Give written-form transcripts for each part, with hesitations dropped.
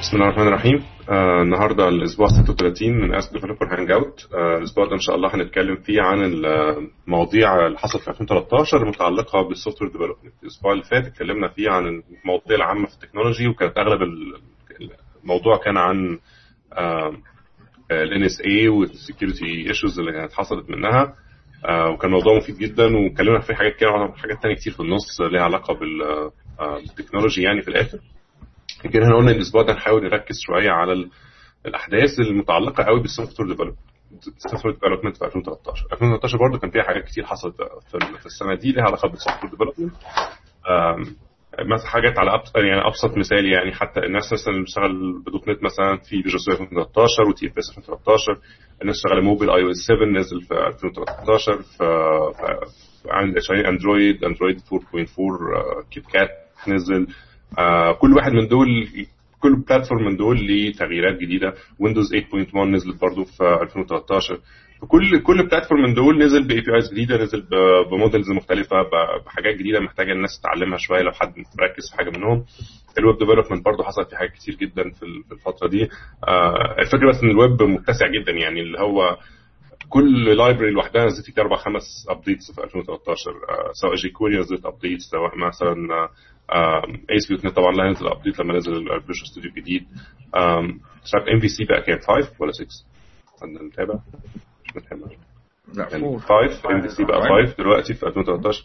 بسم الله الرحمن الرحيم. النهارده الاسبوع 36 من اسك ديفلوبر هانج اوت. الاسبوع ده ان شاء الله هنتكلم فيه عن المواضيع اللي حصلت في 2013 المتعلقه بالسوفت وير ديفلوبمنت. الاسبوع اللي فات اتكلمنا فيه عن المواضيع العامه في التكنولوجي، وكانت اغلب الموضوع كان عن ال NSA والسكيورتي ايشوز اللي كانت حصلت منها. وكان موضوع مفيد جدا، واتكلمنا في حاجات كده وحاجات تانية كتير في النص ليها علاقه بالتكنولوجي يعني في الاخر. يمكن احنا قلنا الاسبوع ده نحاول نركز شويه على الاحداث المتعلقه قوي بالسوفت وير ديفلوبمنت في 2013 برضه كان فيها حاجات كتير حصلت في السنه دي ليها علاقه بالسوفت وير ديفلوبمنت. مثلا حاجات على يعني ابسط مثال، يعني حتى الناس مثلا اللي بتشتغل بدوت نت مثلا في فيجوال ستوديو 2013 وتي اف اس 2013، الناس شغاله موبايل اي او اس 7 نزل في 2013، في اندرويد 4.4 كيت كات نزل. كل واحد من دول، كل بلاتفورم من دول ليه تغييرات جديده. ويندوز 8.1 نزلت برضو في 2013. كل بلاتفورم من دول نزل باي بي ايز جديده، نزل بمودلز مختلفه، بحاجات جديده محتاجه الناس تتعلمها شويه لو حد مركز في حاجه منهم. الويب ديفلوبمنت برضو حصل فيه حاجات كتير جدا في الفتره دي. الفكره بس ان الويب متسع جدا، يعني اللي هو كل لايبرري لوحدها نزلت فيه 4-5 ابديتس في 2013. سواء جيكوري نزلت ابديت، سواء مثلا ايس بي دوت نت طبعا لها نزل ابديت لما نزل الفيجوال ستوديو الجديد. مش عارف ام في سي بقى كان 5 ولا 6، عندنا نتابع مش متابع. لا 5 ام في سي بقى 5 دلوقتي في 2013.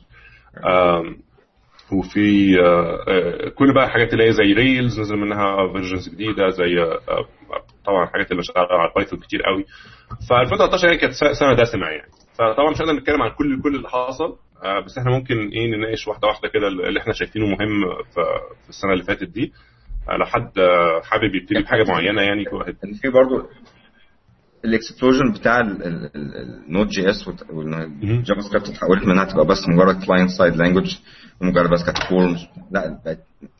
وفي كل بقى حاجات اللي هي زي ريلز نزل منها فيرجنز جديده، زي طبعا حاجات اللي شغاله على بايثون كتير قوي. ف 2013 يعني كانت سنه دسمه يعني. فطبعا مش هنقدر نتكلم عن كل اللي حصل، بس احنا ممكن نناقش واحده واحده كده اللي احنا شايفينه مهم في السنه اللي فاتت دي. لو حد حابب يبتدي بحاجه معينه يعني في برضو الاكسبلوجن بتاع النوت جي اس والجافا سكريبت اتحولت منها تبقى بس مجرد كلاينت سايد لانجوج، ومجرد بس كانت فورمز. لا بقت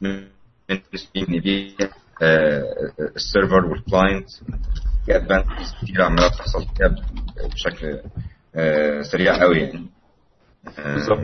السيرفر والكلاينت في ادفانسز كتير عماله بتحصل فيها بشكل سريع قوي يعني. بالظبط.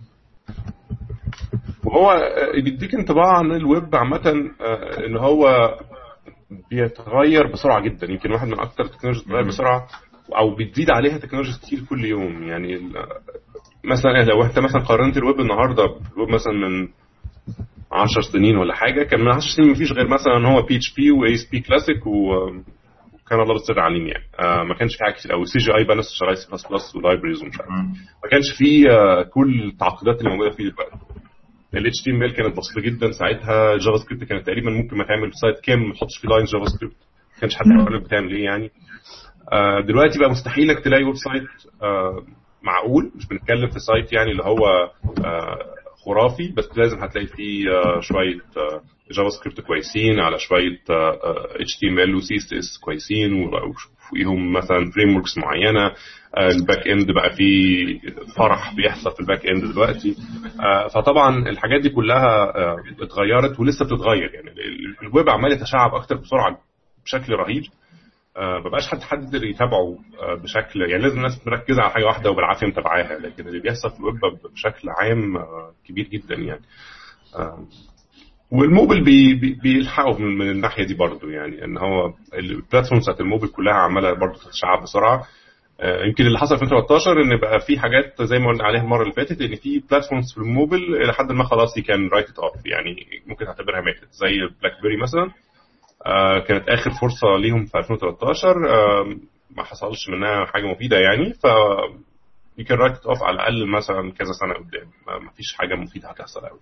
وهو بيديك انطباع عن الويب عامه ان هو بيتغير بسرعه جدا. يمكن واحد من اكتر التكنولوجيا بتتغير بسرعه، او بتزيد عليها تكنولوجيا كتير كل يوم. يعني مثلا لو انت مثلا قارنت الويب النهارده بالويب مثلا من 10 سنين ولا حاجه، كان من 10 سنين مفيش غير مثلا هو بي اتش بي واي اس بي كلاسيك وكان الله بالسر عليم يعني. ما كانش في حاجه كتير، او سي جي اي بقى ناس شغاله سي بلس بلس ولايبريز ومش عارف. ما كانش في كل التعقيدات اللي موجوده فيه دلوقتي. ال HTML كانت بسيطه جدا ساعتها. جافا سكريبت كانت تقريبا ممكن ما تعمل سايت كامل ما تحطش فيه لاين جافا سكريبت، ما كانش حد يعرف بتعمل ايه يعني. دلوقتي بقى مستحيل انك تلاقي ويب سايت معقول. مش بنتكلم في سايت يعني اللي هو خرافي، بس لازم هتلاقي فيه شويه جافا سكريبت كويسين، على شويه HTML و CSS كويسين، وفوقيهم مثلا فريم وركس معينه. الباك اند بقى فيه فرح بيحصل في الباك اند دلوقتي. فطبعا الحاجات دي كلها اتغيرت ولسه بتتغير. يعني الويب عمال يتشعب اكتر بسرعه بشكل رهيب. ما بقاش حد يقدر يتابعه بشكل، يعني لازم الناس مركزه على حاجه واحده وبالعافيه متابعاها. لكن اللي بيحصل في الويب بشكل عام كبير جدا يعني. والموبل بيلحقوا من الناحيه دي برضو، يعني ان هو البلاتفورمز بتاعت الموبل كلها عماله برضو تتشعب بسرعه. يمكن اللي حصل في 2013 ان بقى في حاجات زي ما قلنا عليها المره اللي فاتت، ان في بلاتفورمز في الموبل الى حد ما خلاص كان رايت ات اوف، يعني ممكن تعتبرها ماتت. زي بلاك بيري مثلا، كانت اخر فرصه ليهم في 2013. ما حصلش منها حاجه مفيده يعني. ف يمكن رايت ات اوف على الاقل مثلا كذا سنه قدام ما فيش حاجه مفيده هتحصل قوي.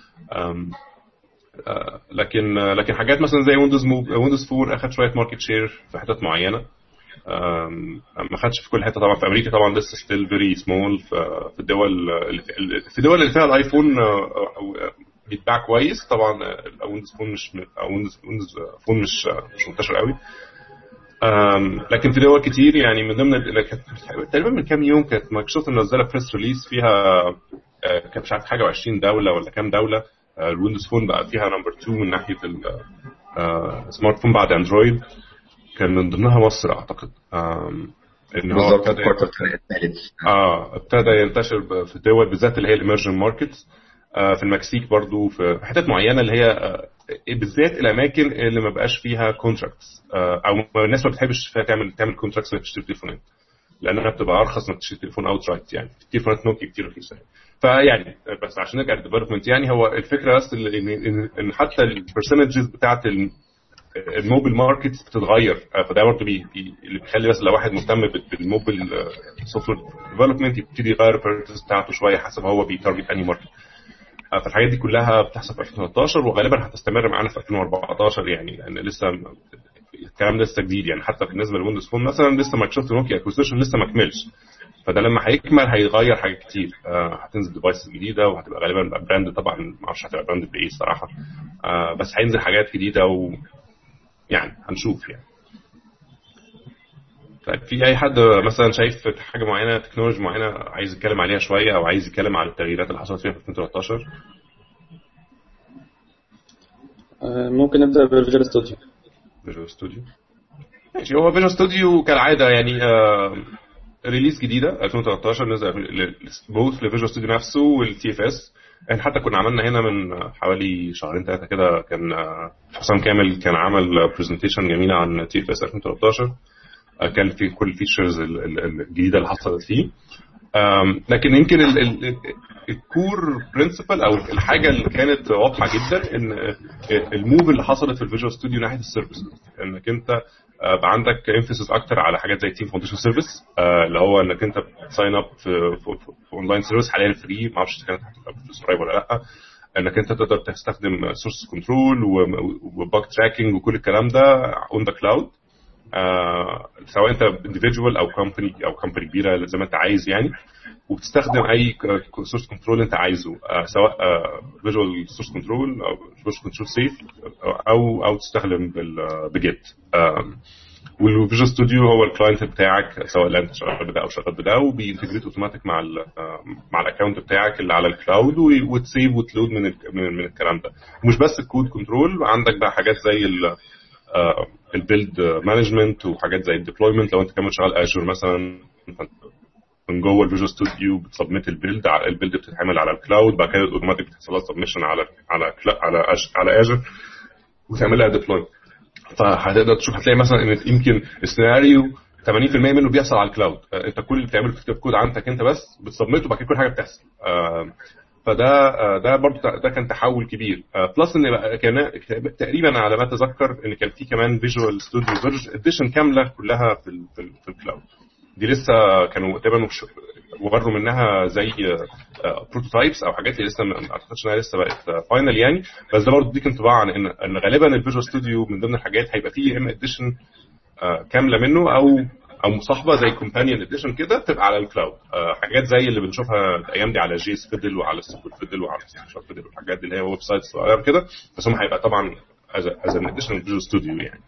لكن حاجات مثلا زي ويندوز 4 اخد شويه ماركت شير في حتت معينه. ما خدش في كل حته طبعا. في امريكا طبعا لسه ستيل فيري سمول. في الدول اللي فيها الايفون بيتباع كويس طبعا. ويندوز فون مش منتشر قوي. لكن في دول كتير، يعني من ضمن تقريبا من كام يوم كانت مايكروسوفت منزله بريس ريليس فيها كانت مش عارف حاجه و20 دوله ولا كام دوله. الويندوز فون بقى فيها نمبر 2 من ناحيه السمارت فون بعد اندرويد. كان من ضمنها مصر اعتقد. ان هو ابتدى ينتشر في الدول بالذات اللي هي الاميرجن ماركتس. في المكسيك برضو، في حتت معينه اللي هي بالذات الاماكن اللي ما بقاش فيها كونتراكتس او الناس ما بتحبش فيها تعمل كونتراكتس وهي بتشتري تليفونات، لانها بتبقى ارخص من تشتري تليفون اوت رايت. يعني تليفونات نوكيا كتير رخيصه. فيعني بس عشان نرجع للديفلوبمنت، يعني هو الفكره بس ان حتى البرسنتجز بتاعت الموبيل ماركت بتتغير. فده برضه اللي بيخلي بس لو واحد مهتم بالموبيل سوفت وير ديفلوبمنت يبتدي يغير البرسنتجز بتاعته شويه حسب هو بيتارجت انهي ماركت. فالحاجات دي كلها بتحصل في 2013 وغالبا هتستمر معانا في 2014 يعني، لان لسه الكلام ده لسه جديد. يعني حتى بالنسبه للويندوز فون مثلا لسه مايكروسوفت ونوكيا اكوزيشن لسه ما كملش، فده لما هيكمل هيغير حاجات كتير. هتنزل ديفايسز جديده وهتبقى غالبا براند، طبعا ما اعرفش هتبقى براند بايه الصراحه، بس هينزل حاجات جديده ويعني هنشوف يعني. طيب في اي حد مثلا شايف حاجه معينه تكنولوجيا معينه عايز يتكلم عليها شويه او عايز يتكلم على التغييرات اللي حصلت فيها في 2013؟ ممكن نبدا بالفيجوال ستوديو. فيجوال ستوديو ماشي. هو فيجوال ستوديو كالعاده يعني ريليز جديده 2013 نزل بوث لفيجوال ستوديو نفسه والتي اف اس. احنا حتى كنا عملنا هنا من حوالي شهرين ثلاثه كده، كان حسام كامل كان عمل برزنتيشن جميله عن تي اف اس 2013، كان في كل الفيتشرز الجديده اللي حصلت فيه. لكن يمكن الكور برنسبل او الحاجه اللي كانت واضحه جدا ان الموف اللي حصلت في الفيجوال ستوديو ناحيه السيرفيسز، انك انت بقى عندك امفيسيس اكتر على حاجات زي تيم فاونديشن سيرفيس، اللي هو انك انت بتساين اب في اونلاين سيرفيس حاليا فري، ما اعرفش كانت هتبقى سبسكرايب ولا لا، انك انت تقدر تستخدم سورس كنترول وباك تراكنج وكل الكلام ده اون ذا كلاود، سواء انت individual او كومباني كبيره زي ما انت عايز يعني، وبتستخدم اي سورس كنترول انت عايزه، سواء فيجوال سورس كنترول او سورس كنترول سيف او تستخدم بجيت. والفيجوال ستوديو هو الكلاينت بتاعك، سواء انت شغال بده او شغال بده، وبينتجريت اوتوماتيك مع الاكونت بتاعك اللي على الكلاود، وتسيف وتلود من الكلام ده. ومش بس الكود كنترول، عندك بقى حاجات زي البيلد مانجمنت وحاجات زي الديبلويمنت. لو انت كمان شغال اجور مثلا، من جوه الفيجوال ستوديو بتسبميت البيلد بتتعمل على الكلاود، بعد كده اوتوماتيك بتحصل لها سبمشن على اجور وتعمل لها ديبلوي. فهتقدر تشوف، هتلاقي مثلا ان يمكن السيناريو 80% منه بيحصل على الكلاود، انت كل اللي بتعمله تكتب كود عندك انت بس بتسبميته وبعد كده كل حاجه بتحصل. فده برضه ده كان تحول كبير. بلس ان بقى كان تقريبا على ما اتذكر ان كان في كمان فيجوال ستوديو اديشن كامله كلها في الكلاود. دي لسه كانوا تقريبا وروا منها زي بروتوتايبس او حاجات لسه ما اعتقدش انها لسه بقت فاينل يعني، بس ده برضه دي انطباع عن ان غالبا الفيجوال ستوديو من ضمن الحاجات هيبقى فيه ام اديشن كامله منه او مصاحبه زي كومبانيون اديشن كده بتبقى على الكلاود، حاجات زي اللي بنشوفها الايام دي على جيس فيدل وعلى سيكول فيدل وعلى ستيشن فيدل والحاجات دي اللي هي ويب سايت صغيره كده، بس هم هيبقى طبعا از ان اديشن فيجوال ستوديو يعني.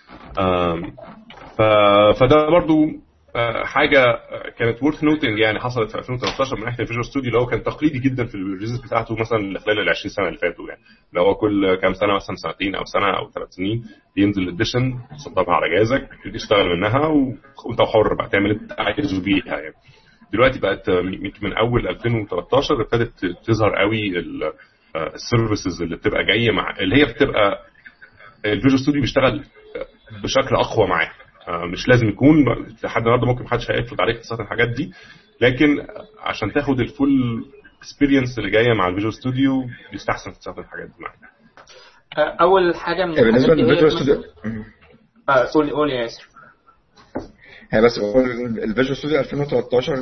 فده برضو حاجه كانت وورث نوتنج يعني، حصلت في 2013 من ناحيه الفيجوال ستوديو، اللي هو كان تقليدي جدا في الريليز بتاعته مثلا خلال ال 20 سنه اللي فاتوا يعني، اللي هو كل كام سنه مثلا سنتين او سنه او 3 سنين بينزل اديشن تسطبها على جهازك تشتغل منها وانت حر بقى تعمل اللي انت عايزه بيها يعني. دلوقتي بقت من اول 2013 ابتدت تظهر قوي السيرفيسز اللي بتبقى جايه مع اللي هي بتبقى الفيجوال ستوديو بيشتغل بشكل اقوى معاها. مش لازم يكون لحد النهارده، ممكن محدش هيفرض عليك تستخدم الحاجات دي، لكن عشان تاخد الفول اكسبيرينس اللي جايه مع الفيجوال ستوديو يستحسن تستخدم الحاجات دي معاك. اول حاجه من بالنسبه للفيجوال ستوديو قول يا ياسر. بس الفيجوال ستوديو 2013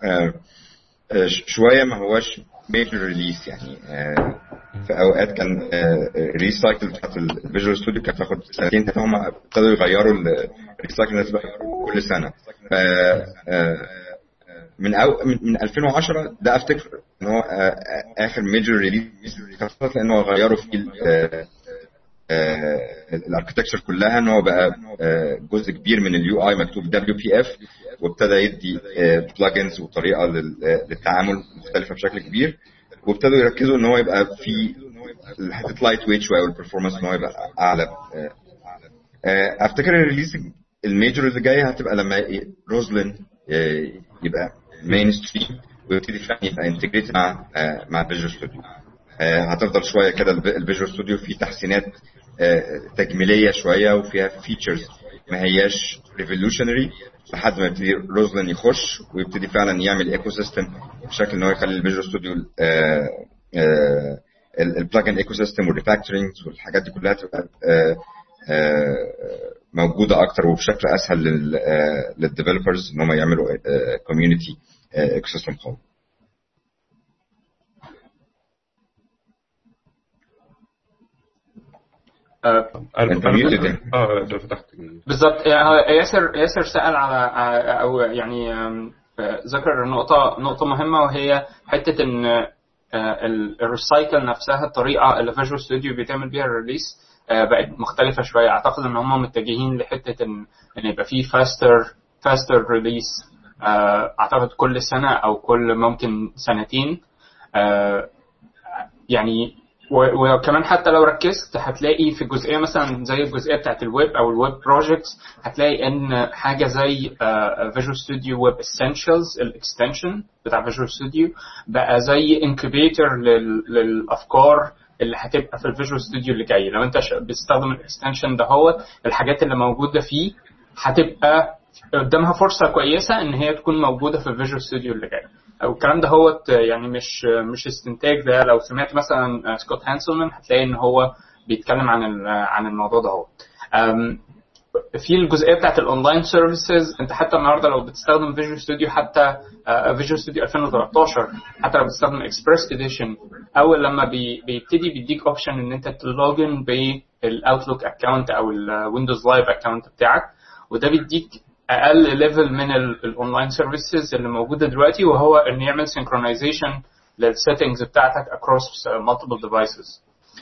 شويه ما هواش ميجر ريليس يعني. في اوقات كان الريسايكل بتاعت الفيجوال ستوديو كانت تاخد سنتين، هم ابتدوا يغيروا الريسايكل كل سنه. من 2010 ده افتكر ان هو اخر ميجر ريليس، لانه غيروا في الاركتكتشر كلها، ان هو بقى جزء كبير من اليو اي مكتوب WPF، وابتدى يدي بلجنز وطريقه للتعامل مختلفه بشكل كبير، وابتدوا يركزوا ان هو يبقى في الحته لايت ويت شويه والبرفورمانس ان هو يبقى اعلى. افتكر الريليس الميجر اللي جاي هتبقى لما روزلين يبقى مين ستريم ويبتدي فعلا يبقى انتجريت مع فيجوال ستوديو. هتفضل شويه كده الفيجوال ستوديو فيه تحسينات تجميليه شويه وفيها فيتشرز ما هياش ريفولوشنري لحد ما يبتدي روزلين يخش ويبتدي فعلا يعمل ايكو سيستم بشكل ان هو يخلي الفيجوال ستوديو البلاجن ايكو سيستم والريفاكتورنج والحاجات دي كلها تبقى موجوده اكتر وبشكل اسهل للديفلوبرز ان هم يعملوا كوميونتي ايكو سيستم قوي. بالظبط. ياسر سأل على او يعني ذكر نقطة مهمة، وهي حتة ان الريسايكل نفسها، الطريقة اللي فيجوال ستوديو بيتعمل بيها الريليس بقت مختلفة شوية. اعتقد ان هم متجهين لحتة ان يبقى فيه faster ريليس، اعتقد كل سنة او كل ممكن سنتين. يعني وكمان حتى لو ركزت هتلاقي في الجزئيه مثلا زي الجزئيه بتاعت الويب او الويب بروجكتس، هتلاقي ان حاجه زي فيجوال ستوديو ويب اسينشالز، الاكستنشن بتاع فيجوال ستوديو بقى زي انكوبيتور للافكار اللي هتبقى في الفيجوال ستوديو اللي جاي. لو انت بتستخدم الاكستنشن ده، هو الحاجات اللي موجوده فيه هتبقى قدامها فرصه كويسه ان هي تكون موجوده في الفيجوال ستوديو اللي جاي. او الكلام ده هو يعني مش استنتاج. ده لو سمعت مثلا سكوت هانسلمان هتلاقي ان هو بيتكلم عن الموضوع ده. هو في الجزئيه بتاعت الاونلاين سيرفيسز، انت حتى النهارده لو بتستخدم فيجوال ستوديو، حتى فيجوال ستوديو 2013، حتى لو بتستخدم اكسبريس اديشن، اول لما بيبتدي بيديك اوبشن ان انت تلوجن بالاوتلوك اكونت او الويندوز لايف اكونت بتاعك، وده بيديك اقل ليفل من الاونلاين سيرفيسز اللي موجوده دلوقتي، وهو ان يعمل سينكرونايزيشن للسيتنجز بتاعتك اكروس مالتيبل ديفايسز.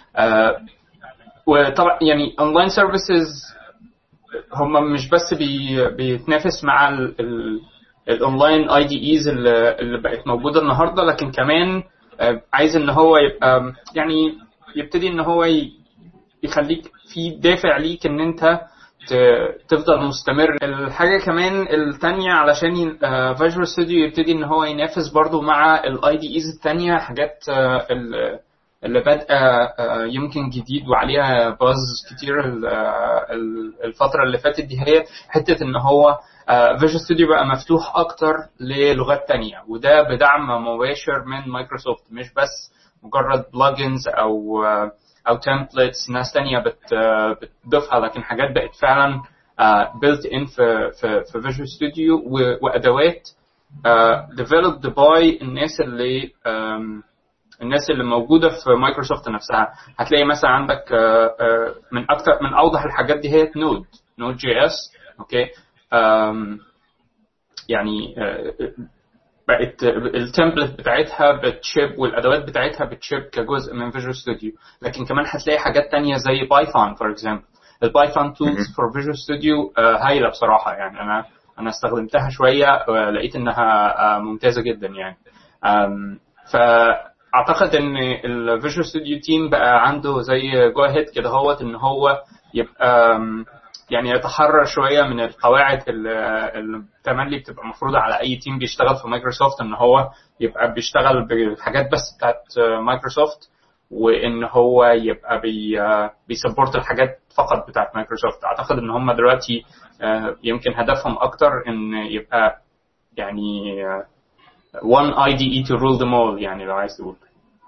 وطبعا يعني اونلاين سيرفيسز هم مش بس بيتنافس مع الاونلاين اي دي ايز اللي بقت موجوده النهارده، لكن كمان عايز ان هو يبقى يعني يبتدي ان هو يخليك في دافع ليك ان انت تفضل مستمر. الحاجه كمان الثانيه علشان فيجوال ستوديو يبتدي ان هو ينافس برضو مع الاي دي ايز الثانيه، حاجات اللي بادئه يمكن جديد وعليها باز كتير الفتره اللي فاتت دي، هي حته ان هو فيجوال ستوديو بقى مفتوح اكتر للغات تانية، وده بدعم مباشر من مايكروسوفت، مش بس مجرد بلجنز او تمبلتس ناس تانية بتضيفها، لكن حاجات بقت فعلا built in في فيجوال ستوديو، وادوات developed by الناس اللي موجوده في مايكروسوفت نفسها. هتلاقي مثلا عندك من اوضح الحاجات دي هي نود جي اس. اوكي، يعني بقت التمبلت بتاعتها بتشيب والادوات بتاعتها بتشيب كجزء من فيجوال ستوديو. لكن كمان هتلاقي حاجات تانية زي بايثون فور اكزامبل. البايثون تولز فور فيجوال ستوديو هايله بصراحه، يعني انا استخدمتها شويه لقيت انها ممتازه جدا يعني. فاعتقد ان الفيجوال ستوديو تيم بقى عنده زي جو هيد كده، هوت ان هو يبقى يعني يتحرر شويه من القواعد اللي تملي بتبقى مفروضه على اي تيم بيشتغل في مايكروسوفت، ان هو يبقى بيشتغل بالحاجات بس بتاعت مايكروسوفت، وان هو يبقى بيسبورت الحاجات فقط بتاعت مايكروسوفت. اعتقد ان هم دلوقتي يمكن هدفهم اكتر ان يبقى يعني one IDE to rule them all، يعني لو عايز تقول.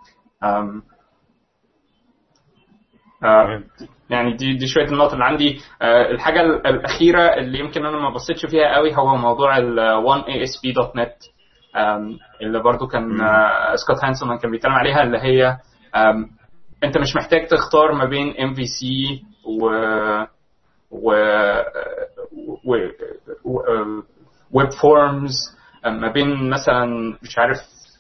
يعني دي شويه النقط اللي عندي. الحاجه الاخيره اللي يمكن انا ما بصيتش فيها قوي هو موضوع ال OneASP.net اللي برضو كان سكوت هانسلمان كان بيتكلم عليها، اللي هي انت مش محتاج تختار ما بين MVC و ويب فورمز، ما بين مثلا مش عارف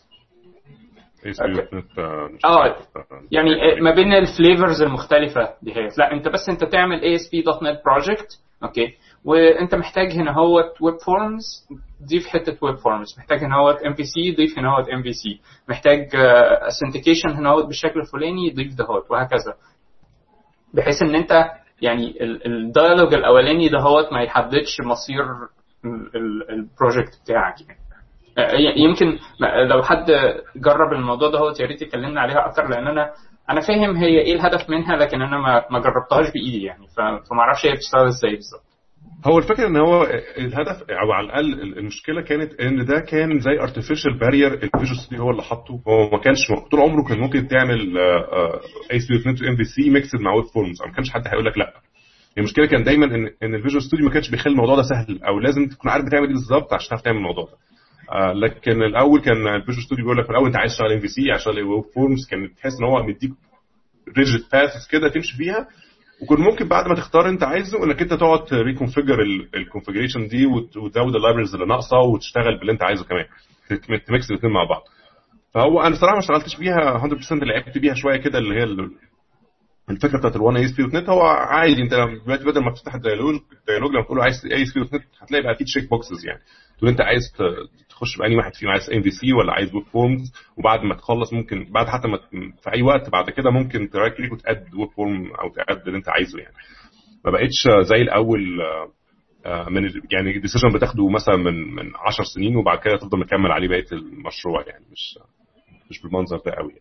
يعني ما بين الفليفرز المختلفه دي. هي لا، انت تعمل ASP.NET بروجكت، اوكي، وانت محتاج هنا هو ويب فورمز، ضيف حته ويب فورمز، محتاج هنا هو MVC، ضيف هنا هو MVC، محتاج authentication هنا هو بالشكل الفلاني، ضيف دهوت، وهكذا، بحيث ان انت يعني الديالوج الاولاني دهوت ما يحددش مصير البروجكت بتاعك يعني. يمكن لو حد جرب الموضوع ده هو يا ريت يكلمنا عليها اكتر، لان انا فاهم هي ايه الهدف منها، لكن انا ما جربتهاش بايدي يعني، فما اعرفش هي بتشتغل ازاي بالظبط. هو الفكره ان هو الهدف او على الاقل المشكله كانت ان ده كان زي artificial barrier الفيجوال ستوديو هو اللي حاطه. هو ما كانش طول عمره كان ممكن تعمل ASP.NET و MVC ميكسد مع ويب فورمز، ما كانش حد هيقول لك لا. المشكله كان دايما ان الفيجوال ستوديو ما كانش بيخلي الموضوع ده سهل، او لازم تكون عارف بتعمل ايه بالظبط عشان تعرف تعمل الموضوع ده. لكن الاول كان الفيجوال ستوديو بيقول لك في الاول انت عايز تشتغل MVC عشان ويب فورمز، كان تحس ان هو مديك ريجيد باثز كده تمشي فيها، وكنت ممكن بعد ما تختار انت عايزه انك انت تقعد ريكونفيجر الكونفيجريشن دي وتزود اللايبرز اللي ناقصه وتشتغل باللي انت عايزه كمان، تميكس الاثنين مع بعض. فهو انا صراحه ما اشتغلتش بيها 100%، اللي لعبت بيها شويه كده اللي هي الفكره بتاعت ال1 ASP.NET. هو عادي انت دلوقتي بدل ما تفتح الديالوج لما تقول له عايز ASP.NET هتلاقي بقى في تشيك بوكسز، يعني تقول انت عايز تخش بأني واحد فيهم، عايز MVC ولا عايز ويب فورمز، وبعد ما تخلص ممكن بعد حتى ما في اي وقت بعد كده ممكن ترايت كليك وتاد ويب فورم او تاد اللي انت عايزه. يعني ما بقتش زي الاول من يعني الديسيجن بتاخده مثلا من 10 سنين وبعد كده تفضل مكمل عليه بقيه المشروع، يعني مش بالمنظر ده قوي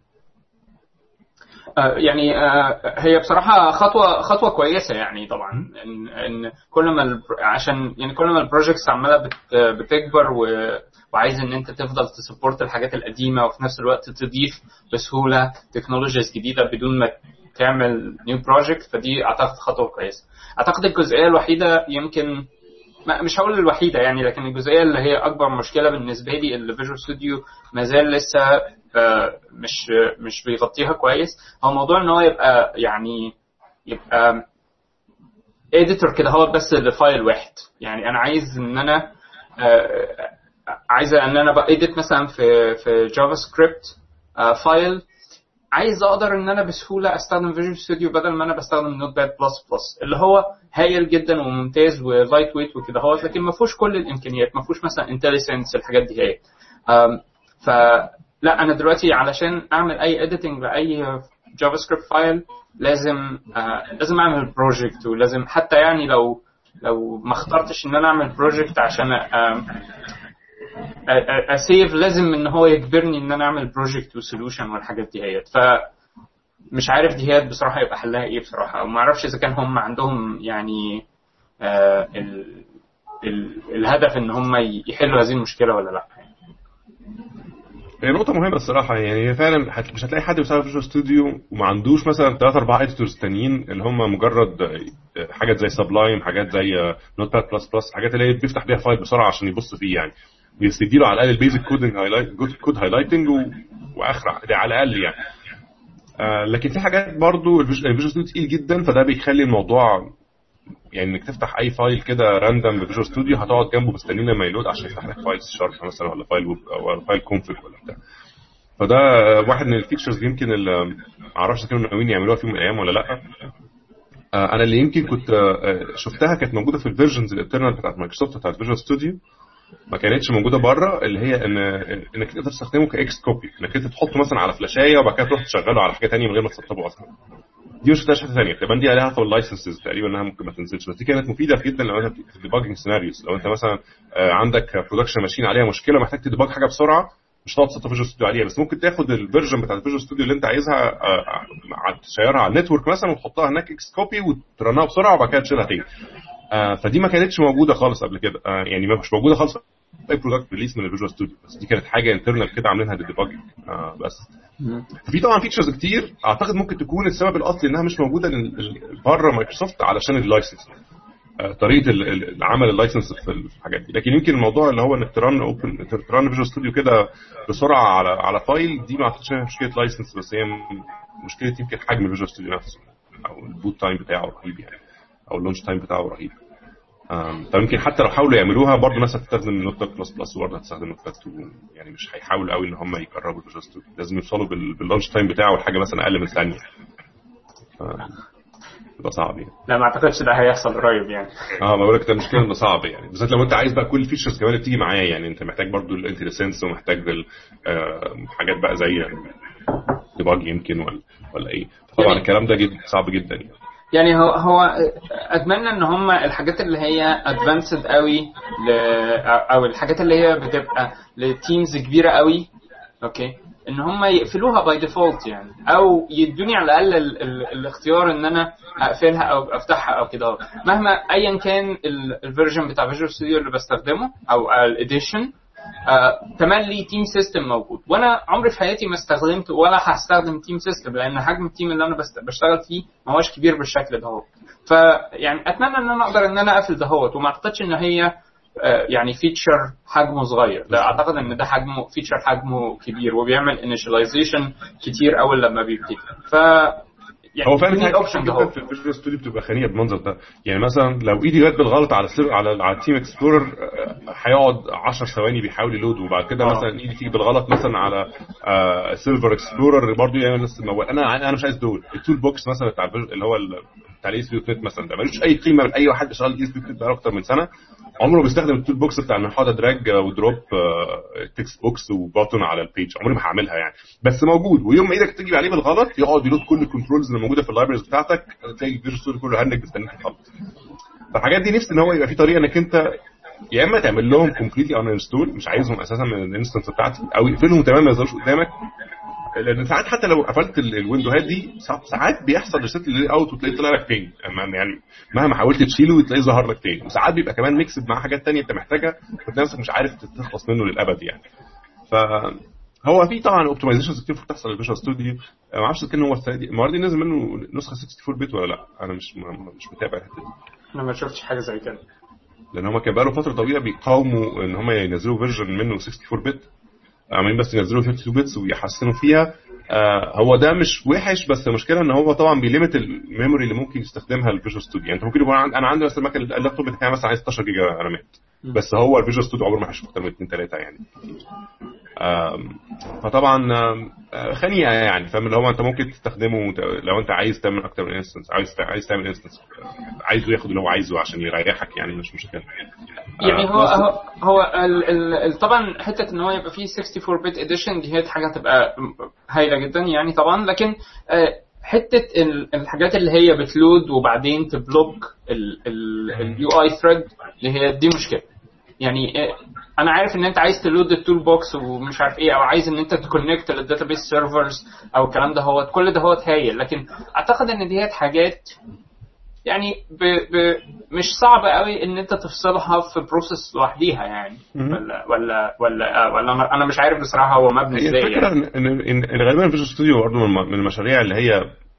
يعني هي بصراحة خطوة كويسة يعني. طبعا ان كل ما عشان يعني كل ما البروجكتس عمالة بتكبر وعايز ان انت تفضل تسبورت الحاجات القديمة وفي نفس الوقت تضيف بسهولة تكنولوجيز جديدة بدون ما تعمل نيو بروجكت، فدي اعتقد خطوة كويسة. اعتقد الجزئية الوحيدة يمكن مش هقول الوحيدة يعني، لكن الجزئية اللي هي اكبر مشكلة بالنسبة لي اللي فيجوال ستوديو مازال لسه مش بيغطيها كويس، هو موضوع ان هو يبقى اديتور كده هو بس لفايل واحد. يعني انا عايز ان انا بإيديت مثلا في جافا سكريبت فايل، عايز اقدر ان انا بسهوله استخدم فيجوال ستوديو بدل ما انا بستخدم نوت باد بلس بلس اللي هو هايل جدا وممتاز ولايت ويت وكده هو، لكن ما فيهوش كل الامكانيات، ما فيهوش مثلا انتليجنس الحاجات دي هي. لا انا دلوقتي علشان اعمل اي اديتنج لاي جافا سكريبت فايل لازم اعمل بروجكت، ولازم حتى يعني لو ما اخترتش ان انا اعمل بروجكت عشان اسيف، لازم ان هو يجبرني ان انا اعمل بروجكت وسولوشن والحاجات دي هي. فمش عارف دي هي بصراحه يبقى حلها ايه بصراحه، وما اعرفش اذا كان هم عندهم يعني الهدف ان هم يحلوا هذه المشكله ولا لا. هي نقطة مهمة الصراحة، يعني هي فعلا مش هتلاقي حد بيشتغل في فيجوال ستوديو وما عندوش مثلا 3-4 اديتورز تانيين اللي هم مجرد حاجات زي سبلايم، حاجات زي نوت باد بلس بلس، حاجات اللي هي بيفتح بيها فايل بسرعة عشان يبص فيه، يعني بيديله على الأقل البيزك كود هايلايتنج وآخر ده على الأقل يعني. لكن في حاجات برضو الفيجوال ستوديو تقيل جدا، فده بيخلي الموضوع يعني انك تفتح اي فايل كده راندوم بفيجوال ستوديو هتقعد جنبه مستنيين لما يلود عشان يفتح لك فايل شارب مثلا ولا فايل ويب او فايل كونفيج ولا بتاع. فده واحد من الفيتشرز يمكن اللي ما اعرفش كانوا ناويين يعملوها في يوم من الايام ولا لا. انا اللي يمكن كنت شفتها كانت موجوده في الفيرجنز الانترنال بتاعت مايكروسوفت بتاعت فيجوال ستوديو، ما كانتش موجوده بره، اللي هي انك تقدر تستخدمه كاكس كوبي، انك انت تحطه مثلا على فلاشايه وبعد كده تروح تشغله على حاجه ثانيه من غير ما تسطبه اصلا. دي مش شفتهاش حاجه ثانيه كمان، دي عليها طول اللايسنسز تقريبا انها ممكن ما تنزلش، بس دي كانت مفيده جدا لو انت في ديباجنج سيناريوز. لو انت مثلا عندك برودكشن ماشين عليها مشكله محتاج تديباج حاجه بسرعه، مش هتقعد تسطب فيجوال ستوديو عليها، بس ممكن تاخد الفيرجن بتاع الفيجوال ستوديو اللي انت عايزها تشيرها على النتورك مثلا وتحطها هناك اكس كوبي وترنها بسرعه وبعد كده تشيلها تاني. فدي ما كانتش موجوده خالص قبل كده، يعني مش موجوده خالص اي برودكت ريليس من الفيجوال ستوديو، بس دي كانت حاجه انترنال كده عاملينها للديباجنج بس. في طبعا فيتشرز كتير اعتقد ممكن تكون السبب الاصلي انها مش موجوده بره مايكروسوفت علشان اللايسنس، طريقه العمل اللايسنس في الحاجات دي. لكن يمكن الموضوع اللي هو انك ترن فيجوال ستوديو كده بسرعه على فايل، دي ما اعتقدش مشكله لايسنس، بس هي مشكله يمكن حجم الفيجوال ستوديو نفسه او البوت تايم بتاعه رهيب يعني، او اللونش تايم بتاعه رهيب. فيمكن حتى لو حاولوا يعملوها برضه مثلا تستخدم نوت بلس بلس برضه هتستخدم نوت 2، يعني مش هيحاولوا قوي ان هم يقربوا الفيجوال ستوديو، لازم يوصلوا باللونش تايم بتاعه الحاجه مثلا اقل من ثانيه. ده صعب يعني. لا ما اعتقدش ده هيحصل قريب يعني. ما بقول لك ده مشكله انه صعب يعني، بالذات لو انت عايز بقى كل الفيتشرز كمان بتيجي معاه، يعني انت محتاج برضه الانتليجنس ومحتاج حاجات بقى زي ديباج يمكن ولا ايه. طبعا يعني الكلام ده صعب جدا يعني هو اتمنى ان هم الحاجات اللي هي ادفانسد قوي او الحاجات اللي هي بتبقى لتيمز كبيره قوي اوكي ان هم يقفلوها باي ديفولت يعني او يدوني على الاقل الاختيار ان انا اقفلها او افتحها او كده مهما ايا كان الفيرجن بتاع فيجوال ستوديو اللي بستخدمه او الاديشن كمان لي تيم سيستم موجود وانا عمري في حياتي ما استخدمت ولا هستخدم تيم سيستم لان حجم التيم اللي انا بشتغل فيه ما هوش كبير بالشكل ده. فيعني اتمنى ان انا اقدر ان انا اقفل دهوت وما اعتقدش ان هي يعني فيتشر حجمه صغير. لا اعتقد ان ده حجمه فيتشر حجمه كبير وبيعمل انيشاليزيشن كتير اول لما بيبتدي. ف يعني هو فعلا في اوبشن جدا في الفيجوال ستوديو بتبقى خنيقه بالمنظر ده. يعني مثلا لو ايدي جت بالغلط على تيم اكسبلورر هيقعد 10 ثواني بيحاول يلود وبعد كده مثلا ايدي تيجي بالغلط مثلا على سيلفر اكسبلورر برضه يعمل نفس الموال. انا مش عايز دول التول بوكس مثلا بتاع اللي هو بتاع الاي اس بي دوت نت مثلا ده ملوش اي قيمه من اي واحد بيشتغل الاي اس بي دوت نت بقاله اكتر من سنه عمره بيستخدم التول بوكس بتاع ان احط دراج ودروب تكست بوكس وباتون على البيج. عمري ما هعملها يعني بس موجود ويوم ما ايدك تيجي عليه بالغلط يقعد يلود كل الكنترولز اللي موجوده في اللايبرز بتاعتك تلاقي الفيجوال ستوديو كله هنج مستنيك تخلص. فالحاجات دي نفسي ان هو يبقى في طريقه انك انت يا اما تعمل لهم كومبليتلي ان انستول مش عايزهم اساسا من الانستنس بتاعتي او يقفلهم تماما ما يظهروش قدامك لان ساعات حتى لو قفلت الويندوهات دي ساعات بيحصل ريست للاي اوت وتلاقيه طلع لك تاني يعني مهما حاولت تشيله تلاقيه ظهر لك تاني وساعات بيبقى كمان ميكسد مع حاجات تانية انت محتاجها وتلاقي نفسك مش عارف تخلص منه للابد يعني. فهو في طبعا اوبتمايزيشنز كتير بتحصل في الفيجوال ستوديو ما اعرفش كان هو المره دي نزل منه نسخه 64 بت ولا لا انا مش متابع الحته دي. انا ما شفتش حاجه زي كده لان هم كان بقالوا فتره طويله بيقاوموا ان هم ينزلوا فيرجن منه 64 بت عاملين بس ينزلوا 32 بتس ويحسنوا فيها. هو ده مش وحش بس المشكله ان هو طبعا بيليمت الميموري اللي ممكن يستخدمها الفيجوال ستوديو. يعني انت ممكن يبقى انا عندي مثلا مكان اللابتوب بتاعي مثلا عايز 16 جيجا رامات بس هو الفيجوال ستوديو عمره ما هيشوف اكتر من 2 3 يعني. فطبعا خنيقه يعني فاهم اللي هو انت ممكن تستخدمه لو انت عايز تعمل اكتر من انستنس عايز تعمل انستنس عايزه ياخد اللي هو عايزه عشان يريحك يعني مش مشكله. يعني هو طبعا حته ان هو يبقى فيه 64 بت اديشن دي هي حاجه تبقى هايله جدا يعني طبعا لكن حته الحاجات اللي هي بتلود وبعدين تبلوك اليو اي ثريد اللي هي دي مشكله. يعني انا عارف ان انت عايز تلود التول بوكس ومش عارف ايه او عايز ان انت تكونكت للداتابيس سيرفرز او الكلام ده هو كل ده هو هايل لكن اعتقد ان دي حاجات يعني مش صعب قوي ان انت تفصلها في بروسيس لوحديها يعني ولا انا مش عارف بصراحه هو مبني ازاي يعني. ان غالبا فيجوال ستوديو برضه من المشاريع اللي هي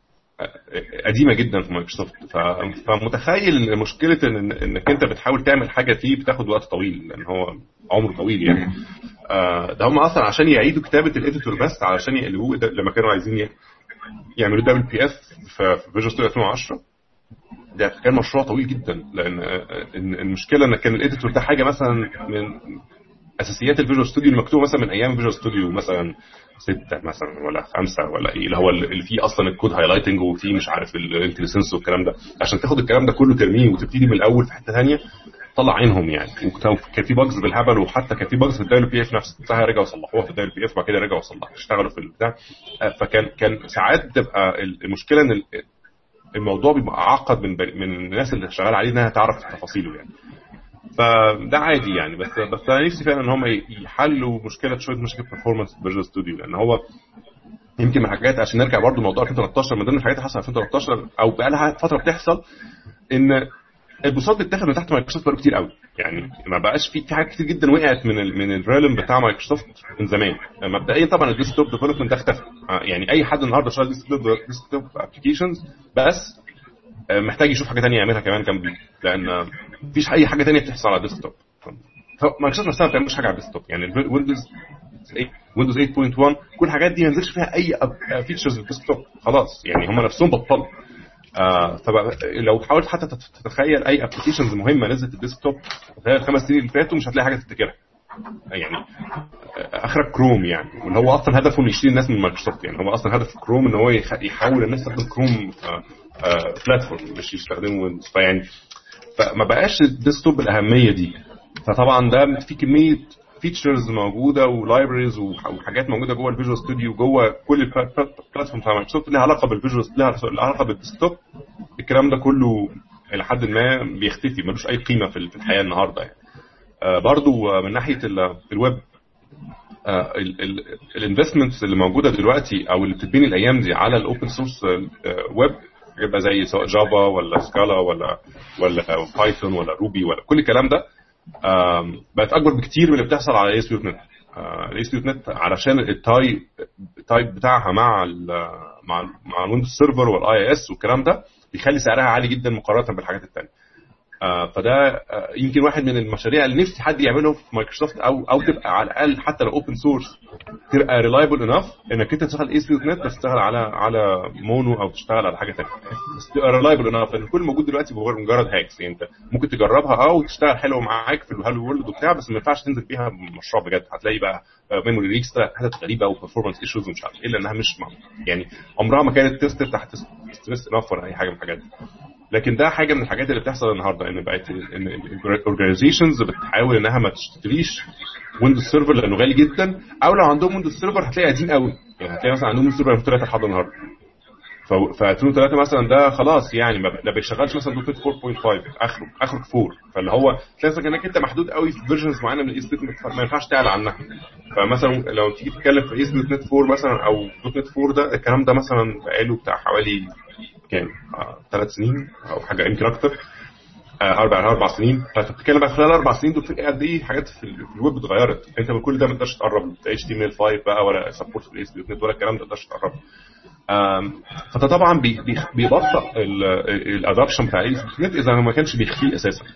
قديمه جدا في مايكروسوفت فمتخيل مشكله انك انت بتحاول تعمل حاجه فيه بتاخد وقت طويل لان هو عمره طويل يعني. ده هم اصلا عشان يعيدوا كتابه الاديتور بس علشان يقلبوه لما كانوا عايزين يعملوا دبل بي اف في فيجوال ستوديو 2010 ده كان مشروع طويل جدا لان المشكله ان كان الاديتور ده حاجه مثلا من اساسيات الفيجوال ستوديو المكتوب مثلا من ايام فيجوال ستوديو مثلا 6 مثلا ولا 5 ولا ايه اللي هو اللي فيه اصلا الكود هايلايتنج وفيه مش عارف الانتليسنس والكلام ده عشان تاخد الكلام ده كله ترميه وتبتدي من الاول في حته ثانيه طلع عينهم يعني. وكان في باجز بالهبل وحتى كان في باجز في الدبليو بي اف نفسها رجعوا صلحوها في الدبليو بي اف وبعد كده رجعوا اشتغلوا في البتاع. فكان ساعات تبقى المشكله ان الموضوع بيبقى اعقد من الناس اللي شغال عليه انها تعرف تفاصيله يعني. فده عادي يعني بس انا نفسي فعلا ان هم يحلوا شويه مشاكل performance في فيجوال ستوديو لان هو يمكن من حاجات عشان نرجع برضو موضوع 2013 من ضمن الحاجات اللي حصلت 2013 او بقى لها فتره بتحصل ان البوصات بتتاخد من تحت مايكروسوفت بقى كتير قوي يعني ما بقاش في حاجات كتير جدا وقعت من الريلم بتاع مايكروسوفت من زمان. مبدئيا طبعا الديسكتوب ديفلوبمنت ده اختفى يعني اي حد النهارده شغال ديسكتوب ابلكيشنز بس محتاج يشوف حاجه ثانيه يعملها كمان جنبي لان مفيش اي حاجه ثانيه بتحصل على الديسكتوب. فمايكروسوفت نفسها ما بتعملش حاجه على الديسكتوب يعني ويندوز 8.1 كل الحاجات دي ما نزلش فيها اي فيتشرز للديسكتوب خلاص يعني هم نفسهم بطلوا. لو حاولت حتى تتخيل اي ابلكيشنز مهمه نزلت الديسكتوب خلال 5 سنين اللي فاتوا مش هتلاقي حاجه تفتكرها يعني اخرك كروم يعني واللي هو اصلا هدفه انه يشيل الناس من مايكروسوفت يعني هو اصلا هدف كروم ان هو يحول الناس تستخدم كروم بلاتفورم مش يستخدموا ويندوز. فيعني فما بقاش الديسكتوب بالاهميه دي. فطبعا ده في كميه فيتشرز موجوده ولايبريز وحاجات موجوده جوه الفيجوال ستوديو جوه كل البلاتفورم بتاع مايكروسوفت لها علاقه بالفيجوال لها علاقه بالديسكتوب الكلام ده كله الى حد ما بيختفي، ملوش اي قيمه في الحياه النهارده يعني. برضو من ناحيه الويب، الانفستمنتس اللي موجوده دلوقتي او اللي بتتبني الايام دي على الاوبن سورس ويب، يبقى زي سواء جافا ولا سكالا ولا بايثون ولا روبي ولا كل الكلام ده، بقت اكبر بكتير من اللي بتحصل على اي اس بي دوت نت. الاي اس بي دوت نت علشان التايب بتاعها مع الويندوز سيرفر والاي اس والكلام ده بيخلي سعرها عالي جدا مقارنه بالحاجات الثانيه. فده يمكن واحد من المشاريع اللي نفسي حد يعمله في مايكروسوفت، او تبقى على الاقل حتى لو اوبن سورس تبقى ريلايبل انف انك انت تشتغل اي اس بي دوت نت، بس تشتغل على مونو او تشتغل على حاجه ثانيه، بس تبقى ريلايبل انف. لان كل موجود دلوقتي مجرد هاكس، يعني انت ممكن تجربها او تشتغل حلو معاك في الهالو وورلد وبتاع، بس ما ينفعش تنزل بيها مشروع بجد. هتلاقي بقى ميموري ليكس، حاجات غريبه وبرفورمانس ايشوز ومش عارف ايه، لانها مش يعني عمرها ما كانت تيست تحت ستريس انف ولا اي حاجه من الحاجات دي. لكن ده حاجه من الحاجات اللي بتحصل النهارده، ان بقت ان الاورجانيزيشنز بتحاول انها ما تشتريش ويندوز سيرفر لانه غالي جدا، او لو عندهم ويندوز سيرفر هتلاقي قديم قوي، يعني هتلاقي مثلا عندهم ويندوز سيرفر 3 لحد النهارده. ف 2003 مثلا ده خلاص يعني ما بيشغلش مثلا دوت 4.5، اخره 4. فاللي هو تلاقي انك انت محدود قوي في فيرجنز معينه من الاي اس بي ما ينفعش تعلى عنها. فمثلا لو تيجي تتكلم في اي اس بي دوت نت 4 مثلا او دوت نت 4 ده، الكلام ده مثلا بقاله بتاع حوالي كام 3 سنين او حاجه يمكن اكتر، 4 سنين. فبتتكلم بقى خلال 4 سنين دول في قد ايه حاجات في الويب اتغيرت. انت من كل ده ما تقدرش تقرب HTML5 بقى ولا سبورت في الاس بي دوت نت ولا الكلام ده، ما تقدرش تقرب. فده طبعا بيبطئ الادابشن بتاع الاس بي دوت نت اذا ما كانش بيخفيه اساسا.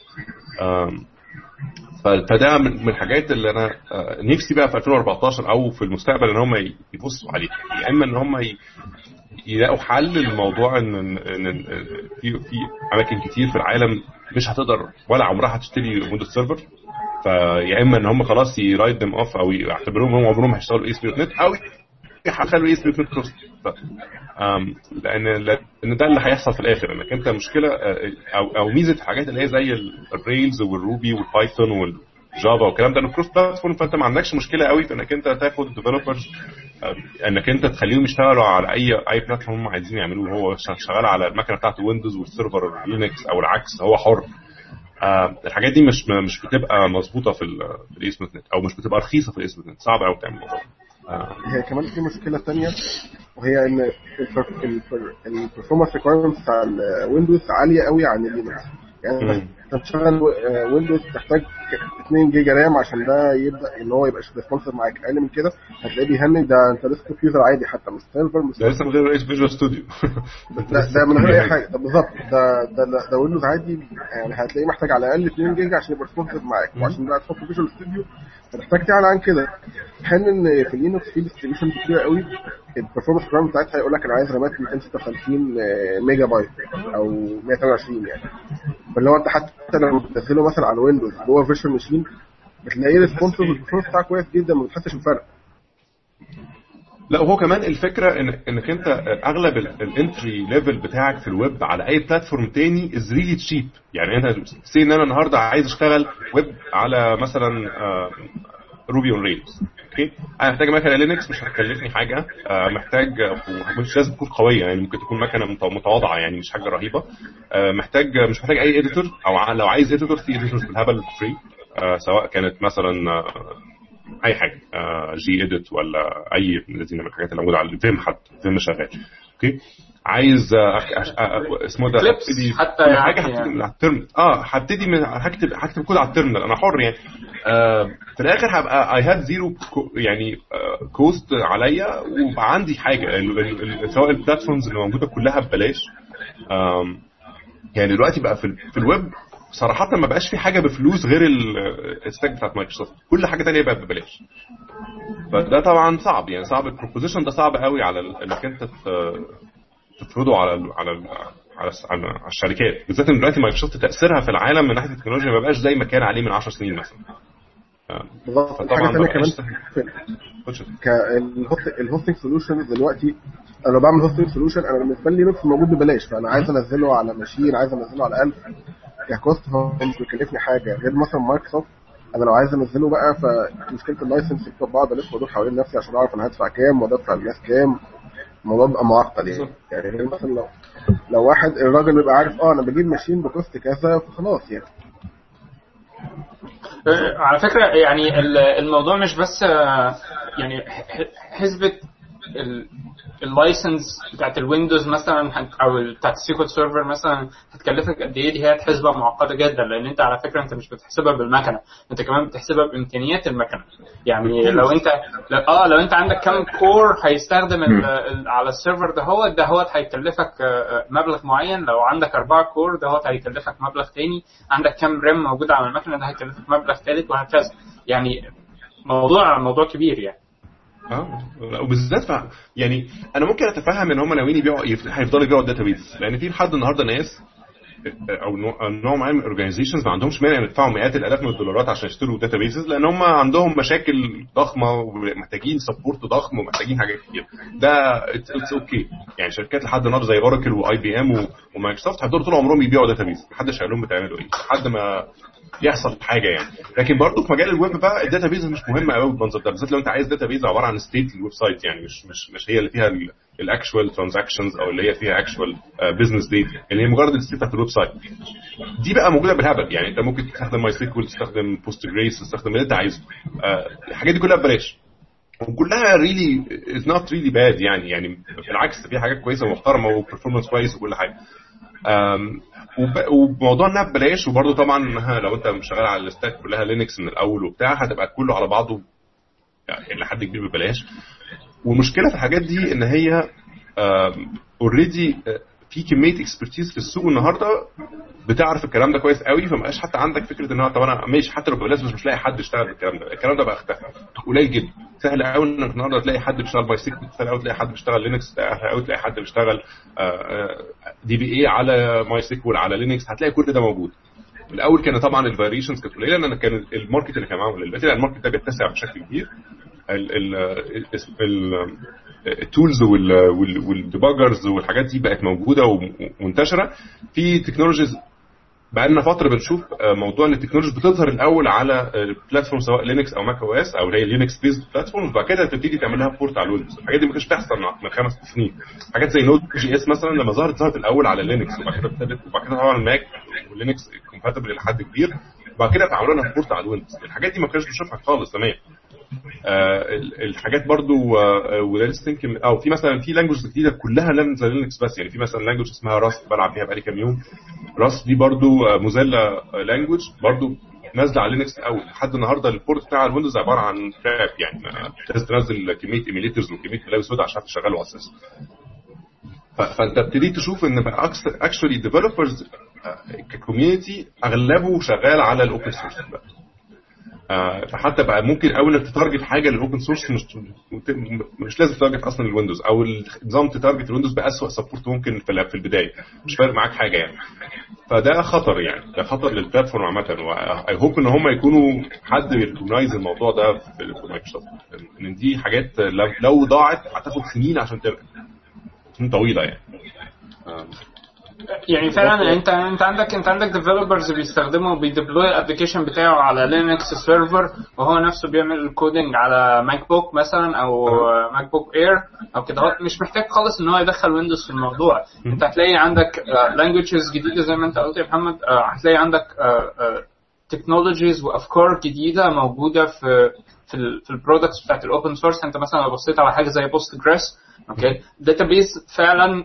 فده من الحاجات اللي انا نفسي بقى في 2014 او في المستقبل ان هم يبصوا عليها، يا اما ان هم يلاقوا حل للموضوع ان في اماكن كتير في العالم مش هتقدر ولا عمرها هتشتري ويندوز سيرفر، فيا اما ان هم خلاص يرايد ديم اوف او يعتبروهم هم عمرهم هيشتغلوا اي اس بي دوت نت، او يخلوا اي اس بي دوت نت كروس. لان ده اللي هيحصل في الاخر، انك انت مشكله او ميزه الحاجات اللي هي زي الريلز والروبي والبايثون والجافا والكلام ده، انه كروس بلاتفورم، فانت ما عندكش مشكله قوي في انك انت تاخد ديفلوبرز انك انت تخليهم يشتغلوا على اي بلاتفورم هم عايزين يعملوه. هو شغال على المكنه بتاعته ويندوز والسيرفر لينكس او العكس، هو حر. الحاجات دي مش بتبقى مظبوطه في الاي اس بي دوت نت، او مش بتبقى رخيصه في الاي اس بي دوت نت، صعب قوي تعمل الموضوع. هي كمان في مشكله ثانيه، وهي ان البرفورمانس ريكويرمنتس بتاع الويندوز عاليه قوي عن اللينكس. يعني انت تشغل ويندوز تحتاج 2 جيجا رام عشان ده يبدا ان هو يبقى ريسبونسيف معاك. اقل من كده هتلاقيه بيهنج. ده انت لسه يوزر عادي حتى مش سيرفر، مش لسه من غير فيجوال ستوديو. ده من غير اي حاجه. ده بالظبط ده ويندوز عادي، يعني هتلاقيه محتاج على الاقل 2 جيجا عشان يبقى ريسبونسيف معاك، وعشان بقى تحط فيجوال ستوديو هتحتاج تعلى عن كده. حين ان في لينكس في ديستريبيوشن كتير قوي البرفورمانس ريكويرمنت بتاعتها هيقول لك انا عايز رامات 256 ميجا بايت او 128 يعني. فاللي هو انت حتى لو بتنزله مثلا على ويندوز جوه فيرتشوال ماشين بتلاقيه ريسبونسيف والبرفورمانس بتاعه كويس جدا، ما بتحسش بالفرق. لا وهو كمان الفكره انك انت اغلب الانتري ليفل بتاعك في الويب على اي بلاتفورم تاني از ريلي تشيب. يعني انت سي ان انا النهارده عايز اشتغل ويب على مثلا روبي اون ريلز، اوكي، انا محتاج مكنه لينكس مش هتكلفني حاجه، محتاج مش لازم تكون قويه، يعني ممكن تكون مكنه متواضعه يعني مش حاجه رهيبه، مش محتاج اي اديتور، او لو عايز اديتور في اديتورز بالهبل فري، سواء كانت مثلا اي حاجه جي اديت ولا اي من الحاجات اللي موجوده على الفيم، حتى فيم شغال، اوكي. عايز اسمه ده ابتدي حتى حاجه هبتدي من الترمينال، هبتدي من هكتب كود على الترمينال، انا حر يعني. في الاخر هبقى اي هاف زيرو يعني كوست عليا، وبقى عندي حاجه سواء البلاتفورمز اللي موجوده كلها ببلاش. يعني دلوقتي بقى في الويب صراحه ما بقاش في حاجه بفلوس غير الستاك بتاعت مايكروسوفت، كل حاجه تانية بقت ببلاش. فده طبعا صعب، يعني صعب البروبوزيشن ده صعب قوي على انك انت تفرضه على الشركات، بالذات ان دلوقتي مايكروسوفت تاثيرها في العالم من ناحيه التكنولوجيا ما بقاش زي ما كان عليه من 10 سنين مثلا. بالظبط. حاجه ثانيه كمان الهوستنج سوليوشنز دلوقتي، انا لو بعمل هوستنج سوليوشن انا بالنسبه لي لينكس موجود ببلاش، فانا عايز انزله على ماشين، عايز انزله على 1000 ككوست، هو مش بيكلفني حاجه غير مثلا مايكروسوفت. انا لو عايز انزله بقى فمشكله اللايسنس بقعد الف وادور حوالين نفسي عشان اعرف انا هدفع كام وادفع الناس كام، الموضوع بقى معقد يعني. غير مثلا لو واحد الراجل بيبقى عارف انا بجيب ماشين بكوست كذا فخلاص يعني. على فكرة يعني الموضوع مش بس يعني حسبة اللايسنس بتاعت الويندوز مثلا او بتاعت السيكوال سيرفر مثلا هتكلفك قد ايه. دي هي حسبة معقدة جدا، لان انت على فكرة انت مش بتحسبها بالمكنة، انت كمان بتحسبها بامكانيات المكنة. يعني لو انت عندك كم كور هيستخدم على السيرفر دهوت هيكلفك مبلغ معين. لو عندك 4 كور دهوت هيكلفك مبلغ تاني. عندك كم ريم موجود على المكنة ده هيكلفك مبلغ ثالث، وهكذا. يعني موضوع كبير يعني. وبالذات يعني انا ممكن اتفهم ان هم ناويين هيفضلوا يبيعوا الداتابيز، لان في لحد النهارده ناس او نوع معين من الاورجانيزيشنز ما عندهمش مانع يدفعوا مئات الالاف من الدولارات عشان يشتروا داتابيزز، لان هم عندهم مشاكل ضخمه ومحتاجين سبورت ضخم ومحتاجين حاجات كتير. ده اتس اوكي يعني. شركات لحد النهارده زي اوراكل واي بي ام ومايكروسوفت هيفضلوا طول عمرهم يبيعوا داتابيز، محدش قال لهم بتعملوا ايه لحد ما يحصل حاجه يعني. لكن برضه في مجال الويب بقى الداتابيز مش مهمه قوي بالمنظر ده، بالذات لو انت عايز داتابيز عباره عن ستيت الويب سايت يعني، مش هي اللي فيها الاكشوال ترانزاكشنز او اللي هي فيها اكشوال بزنس داتا، اللي هي مجرد الستيت بتاعت الويب سايت. دي بقى موجوده بالهبل يعني. انت ممكن تستخدم ماي سيكوال، تستخدم بوستجريس، تستخدم اللي انت عايزه. الحاجات دي كلها ببلاش وكلها ريلي از نوت ريلي باد يعني بالعكس في حاجات كويسه ومحترمه وبرفورمانس كويس وكل حاجه. وموضوع انها ببلاش. وبرده طبعا لو انت شغال على الستاك كلها لينكس من الاول وبتاع هتبقى كله على بعضه يعني لحد كبير ببلاش. والمشكله في الحاجات دي ان هي اوريدي في كميه اكسبرتيز في السوق النهارده بتعرف الكلام ده كويس قوي، فمبقاش حتى عندك فكره ان طب انا ماشي حتى لو ببلاش مش لاقي حد يشتغل بالكلام ده. الكلام ده بقى اختفى قليل جدا. سهل قوي انك النهارده تلاقي حد بيشتغل باي سيكوال، سهل قوي تلاقي حد بيشتغل لينكس، سهل قوي تلاقي حد بيشتغل دي بي اي على ماي سيكوال على لينكس، هتلاقي كل ده موجود. الاول كان طبعا الفاريشنز كانت قليله لان كان الماركت اللي كان معاهم دلوقتي الماركت ده بيتسع بشكل كبير. التولز والديباجرز والحاجات دي بقت موجوده ومنتشره. في تكنولوجيز بقى لنا فتره بنشوف موضوع ان التكنولوجيز بتظهر الاول على بلاتفورم سواء لينكس او ماك او اس او هي لينكس بيزد بلاتفورم، وبعد كده تبتدي تعمل لها بورت على الويندوز. الحاجات دي ما كانتش بتحصل من 5 سنين. حاجات زي نود جي اس مثلا لما ظهرت الاول على لينكس، وبعد كده طبعا الماك واللينكس كومباتبل لحد كبير، وبعد كده عملوا لها بورت على الويندوز. الحاجات دي ما كانش بنشوفها خالص زمان. الحاجات برضو ولسه يمكن او في مثلا في لانجويج جديده كلها نازله لينكس بس يعني. في مثلا لانجويج اسمها راست بلعب فيها بقالي كام يوم. راست دي برضو موزيلا لانجويج برضو نازله على لينكس الاول. لحد النهارده البورت بتاع الويندوز عباره عن كراب يعني، لازم تنزل كميه ايميليترز وكميه بلاوي سودا عشان تشغله اساسا. فانت ابتديت تشوف ان بقى اكثر اكشولي ديفلوبرز ككوميونتي اغلبه شغال على الاوبن سورس بقى. فحتى بقى ممكن اول انك تتارجت حاجه للاوبن سورس مش لازم تتارجت اصلا الويندوز، او النظام تتارجت الويندوز باسوأ سبورت ممكن في البدايه، مش فارق معاك حاجه يعني. فده خطر يعني، ده خطر للبلاتفورم عامه. واي هوب ان هم يكونوا حد يركونايز الموضوع ده في مايكروسوفت، ان دي حاجات لو ضاعت هتاخد سنين عشان ترجع، سنين طويله يعني. يعني فعلا انت عندك ديفلوبرز بيستخدموا بيديبلوي الابلكيشن بتاعه على لينكس سيرفر، وهو نفسه بيعمل الكودينج على ماك بوك مثلا او ماك بوك اير او كده. هو مش محتاج خالص ان هو يدخل ويندوز في الموضوع. انت هتلاقي عندك لانجويجز جديده زي ما انت قلت يا محمد. هتلاقي عندك تكنولوجيز وافكار جديده موجوده في البرودكتس بتاعت الاوبن سورس. انت مثلا لو بصيت على حاجه زي بوستجريس، اوكي، داتابيز فعلا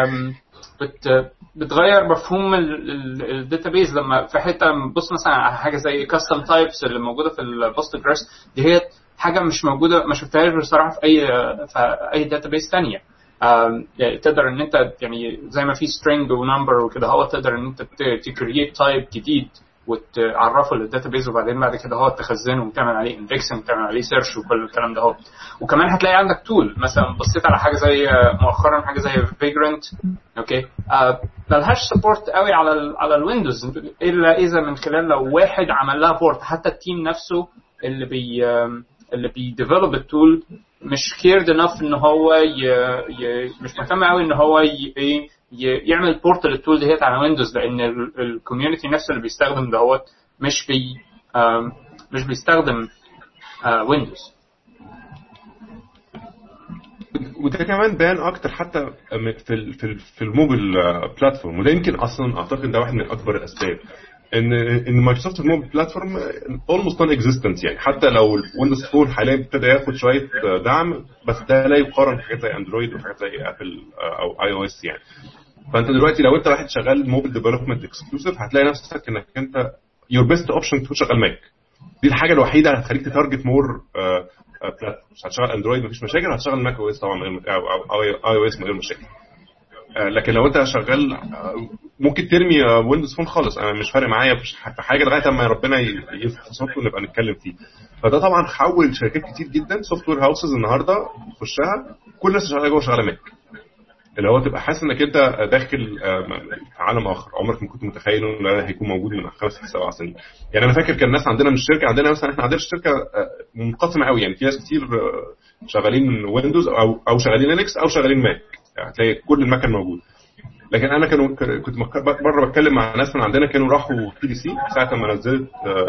بتغير مفهوم الداتابيز. لما في حته بص مثلا على حاجه زي كاستم تايبس اللي موجوده في البوستجريس، دي هي حاجه مش موجوده، ما شفتهاش بصراحه في اي داتابيز ثانيه. تقدر ان انت يعني زي ما في string ونمبر وكده، هو تقدر ان انت تكريت تايب جديد وتعرفه للداتابيز، وبعدين بعد كده هو تخزنه وتعمل عليه اندكسنج وتعمل عليه سيرش وكل الكلام ده. وكمان هتلاقي عندك تول مثلا بصيت على حاجه زي مؤخرا حاجه زي فيجرانت، اوكي، ملهاش سبورت قوي على الويندوز الا اذا من خلال لو واحد عمل لها بورت. حتى التيم نفسه اللي بيديفلوب التول مش كيرد انف ان هو مش مهتم قوي ان هو يعمل بورت للتول ديت على ويندوز، لان الكوميونتي نفسه اللي بيستخدم دهوت مش بيستخدم ويندوز. وده كمان بان اكتر حتى في الموبايل بلاتفورم. وده يمكن اصلا اعتقد ده واحد من اكبر الاسباب ان مايكروسوفت الموبايل بلاتفورم almost non-existent. يعني حتى لو الويندوز فون حاليا ابتدى ياخد شويه دعم، بس ده لا يقارن بحاجات زي اندرويد وحاجات زي ابل او اي او اس يعني. فانت دلوقتي لو انت واحد شغال موبايل ديفلوبمنت اكسكلوسيف هتلاقي نفسك انك انت your best option تكون شغال ماك. دي الحاجه الوحيده اللي هتخليك تتارجت مور بلاتفورمز. هتشتغل اندرويد مفيش مشاكل، هتشتغل ماك او اس طبعا او اي او اس من غير مشاكل. لكن لو انت شغال ممكن ترمي ويندوز فون خالص، انا مش فارق معايا في حاجه لغايه اما ربنا يفتح صوته ونبقى نتكلم فيه. فده طبعا حول شركات كتير جدا سوفت وير هاوسز النهارده تخشها كل الناس شغاله جوه شغاله ماك، اللي هو تبقى حاسس انك انت داخل في عالم اخر عمرك ما كنت متخيل انه هيكون موجود من 5-7 سنين. يعني انا فاكر كان الناس عندنا من الشركه، عندنا مثلا احنا عندنا الشركه منقسمه قوي، يعني في ناس كتير شغالين ويندوز او شغالين لينكس او شغالين ماك، يعني هتلاقي كل المكان موجود. لكن انا كنت مره بتكلم مع ناس من عندنا كانوا راحوا بي دي سي ساعه ما نزلت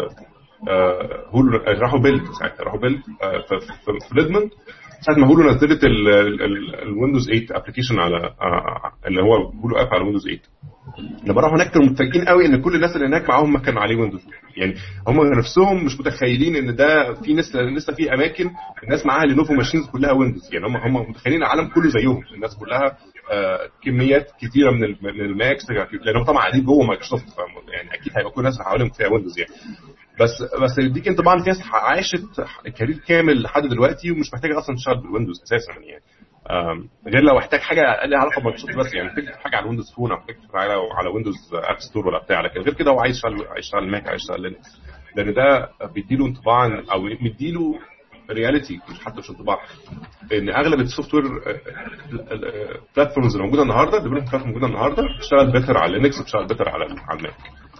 هولو، راحوا بيلد ساعتها، راحوا بيلد في ريدموند ساعه ما هولو نزلت الويندوز 8 ابلكيشن على اللي هو هولو اب على ويندوز 8. لما راحوا هناك كانوا متفاجئين قوي ان كل الناس اللي هناك معاهم كانوا عليه ويندوز. يعني هم نفسهم مش متخيلين ان ده في ناس لسه في اماكن الناس معاها لينوفو ماشينز كلها ويندوز. يعني هم متخيلين العالم كله زيهم، الناس كلها كميات كتيره من الماكس، لانهم طبعا قاعدين جوه مايكروسوفت، يعني اكيد هيبقى كل الناس اللي حواليهم فيها ويندوز يعني. بس يديك انطباع ان في ناس عاشت كارير كامل لحد دلوقتي ومش محتاجه اصلا تشتغل بالويندوز اساسا يعني. غير لو احتاج حاجه لها علاقه بمايكروسوفت بس، يعني تكتب حاجه على ويندوز فون او تكتب على ويندوز اب ستور ولا بتاع. لكن غير كده هو عايز يشتغل ماك، عايز يشتغل لينكس، لان ده بيديله انطباع او مديله رياليتي، حتى مش انطباع، ان اغلب السوفت وير بلاتفورمز اللي موجوده النهارده، ديفلوبمنت بلاتفورم موجوده النهارده بتشتغل بيتر على لينكس وبتشتغل بيتر على الماك.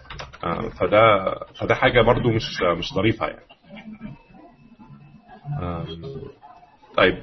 فده حاجه برضو مش ظريفه يعني. طيب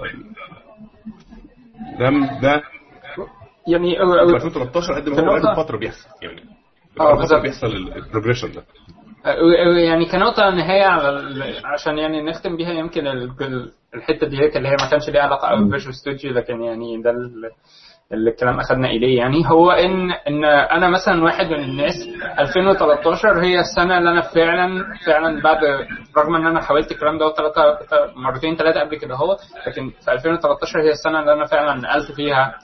ده يعني 2013 قد ما هو بقاله فتره بيحصل، يعني بالظبط بيحصل البروجريشن ده. يعني كنقطة نهاية عشان يعني نختم بيها، يمكن الحتة دي هيك اللي هي ما كانش ليها علاقة قوي بفيجوال ستوديو، لكن يعني ده اللي الكلام أخذنا إليه. يعني هو إن أنا مثلا واحد من الناس 2013 هي السنة اللي أنا فعلا بعد، رغم إن أنا حاولت الكلام ده مرتين 3 قبل كده هو، لكن في 2013 هي السنة اللي أنا فعلا نقلت فيها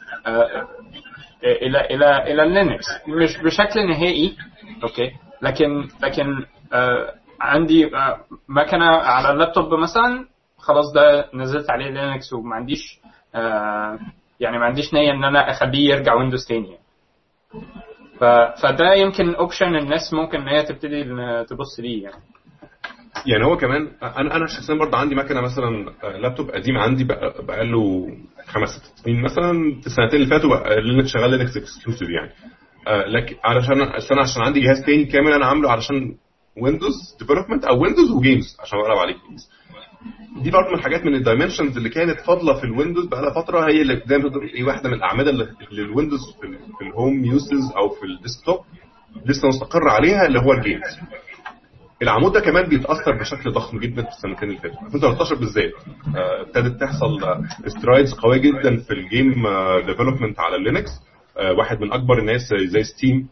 إلى اللينكس، مش بشكل نهائي أوكي، لكن عندي مكنه على اللابتوب مثلا خلاص ده نزلت عليه لينكس، وما عنديش يعني ما عنديش نيه ان انا اخليه يرجع ويندوز تاني يعني. فده يمكن اوبشن الناس ممكن ان هي تبتدي تبص ليه يعني هو كمان انا شخصيا برضه عندي مكنه مثلا لابتوب قديم عندي بقاله 5-6 سنين مثلا، في السنتين اللي فاتوا لينكس شغال لينكس اكسكلوسيف يعني. لكن عشان عندي جهاز تاني كامل انا عامله علشان ويندوز ديفلوبمنت او ويندوز وجيمز عشان العب عليه جيمز. دي برضه من الحاجات من الدايمنشنز اللي كانت فاضله في الويندوز بقالها فتره، هي اللي زي ما تقول واحده من الاعمده اللي الويندوز في الهوم يوزز او في الديسكتوب لسه مستقر عليها، اللي هو الجيمز. العمود ده كمان بيتاثر بشكل ضخم جدا في السنتين اللي فاتوا، 2013 بالذات ابتدت تحصل سترايدز قويه جدا في الجيم ديفلوبمنت على اللينكس. واحد من اكبر الناس زي ستيم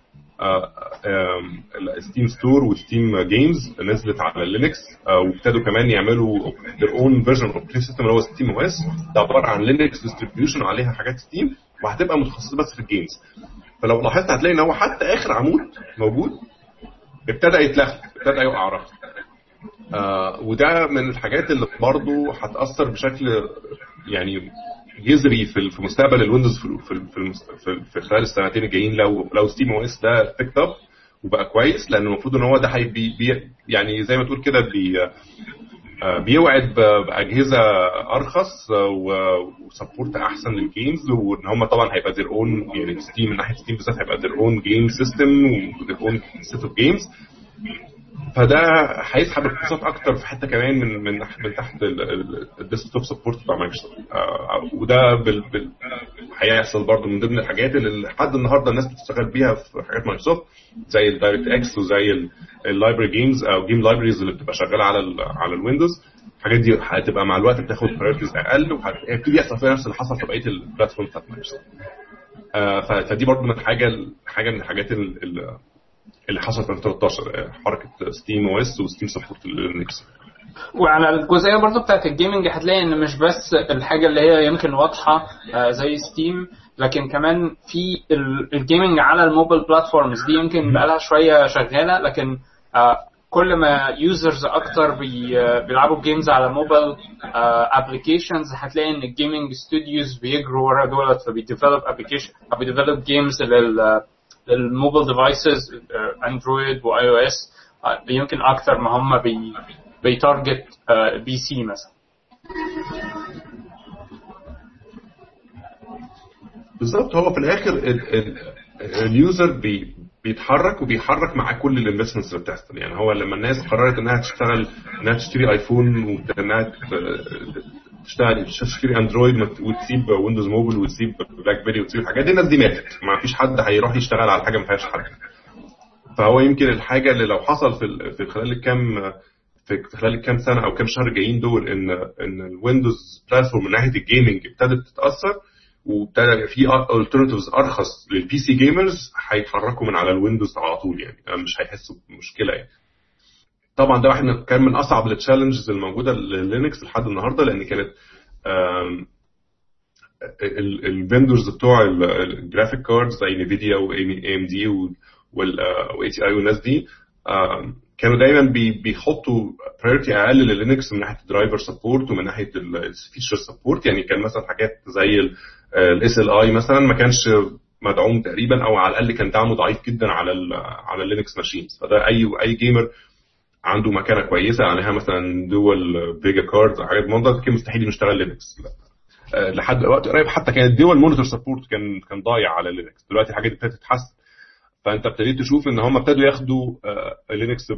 ستور وستيم جيمز نزلت على لينكس، وابتدوا كمان يعملوا their own version of play system اللي هو ستيم او اس، ده عباره عن لينكس ديستريبيوشن وعليها حاجات ستيم، وهتبقى متخصصه بس في الجيمز. فلو لاحظت هتلاقي ان هو حتى اخر عمود موجود ابتدى يتلغى، ابتدى يقع رخص. وده من الحاجات اللي برضو هتأثر بشكل يعني يزري في مستقبل الويندوز في خلال السنتين الجايين، لو ستيم او اس ده بيكت اب وبقى كويس، لان المفروض ان هو ده يعني زي ما تقول كده بيوعد باجهزه ارخص وسبورت احسن للجيمز، وان هم طبعا هيبقى their own، يعني ستيم من ناحيه ستيم بالذات هيبقى their own game system و their own set of games. فده هيسحب الكورسات اكتر في حته كمان من تحت الديسكتوب سبورت بتاع مايكروسوفت. وده هيحصل برضو من ضمن الحاجات اللي لحد النهارده الناس بتشتغل بيها في حاجات مايكروسوفت زي الدايركت اكس وزي اللايبرري جيمز او جيم لايبريز اللي بتبقى شغاله على الويندوز. الحاجات دي هتبقى مع الوقت بتاخد برايورتيز اقل، وهيبتدي يحصل فيها نفس اللي حصل في بقيه البلاتفورم بتاعت مايكروسوفت. فدي برضه من حاجه من الحاجات اللي حصلت في 2013، حركه ستيم او اس وستيم سبورت للينكس. وعلى الجزئيه برضو بتاعت الجيمنج هتلاقي ان مش بس الحاجه اللي هي يمكن واضحه زي ستيم، لكن كمان في الجيمنج على الموبايل بلاتفورمز دي يمكن بقالها شويه شغاله، لكن كل ما يوزرز اكتر بيلعبوا جيمز على موبايل ابلكيشنز هتلاقي ان الجيمنج ستوديوز بيجروا ورا دولت، فبيديفلوب ابلكيشن او بيديفلوب جيمز للموبايل ديفايسز اندرويد واي او اس يمكن اكتر ما هم بيتارجت بي سي مثلا. بالظبط. هو في الاخر اليوزر بيتحرك وبيحرك مع كل الانفستمنتس اللي بتحصل. يعني هو لما الناس قررت انها تشتري ايفون وانها تشتري اندرويد وتسيب ويندوز موبايل وتسيب بلاك بيري وتسيب الحاجات دي، الناس دي ماتت، ما فيش حد هيروح يشتغل على حاجه ما فيهاش حركه. فهو يمكن الحاجه اللي لو حصل في خلال الكام سنه او كام شهر جايين دول ان الويندوز بلاتفورم من ناحيه الجيمنج ابتدت تتاثر، وابتدى في alternatives ارخص للبي سي جيمرز، هيتحركوا من على الويندوز على طول، يعني مش هيحسوا بمشكله. يعني طبعا ده واحد كان من اصعب التشالنجز الموجوده للينكس لحد النهارده، لان كانت الفندرز بتوع الجرافيك كاردز زي نيفيديا واي ام دي واي تي اي والناس دي كانوا دايما بيحطوا برايورتي اقل للينكس من ناحيه الدرايفر سبورت ومن ناحيه الفيتشر سبورت. يعني كان مثلا حاجات زي الاس ال اي مثلا ما كانش مدعوم تقريبا، او على الاقل كان دعمه ضعيف جدا على اللينكس ماشينز. فده اي جيمر عنده مكانه كويسه عليها مثلا دول فيجا كاردز او حاجات من ده كان مستحيل يشتغل لينكس. لحد وقت قريب حتى كان الدول مونيتور سبورت كان ضايع على لينكس. دلوقتي الحاجات دي ابتدت تتحسن، فانت ابتديت تشوف ان هم ابتدوا ياخدوا لينكس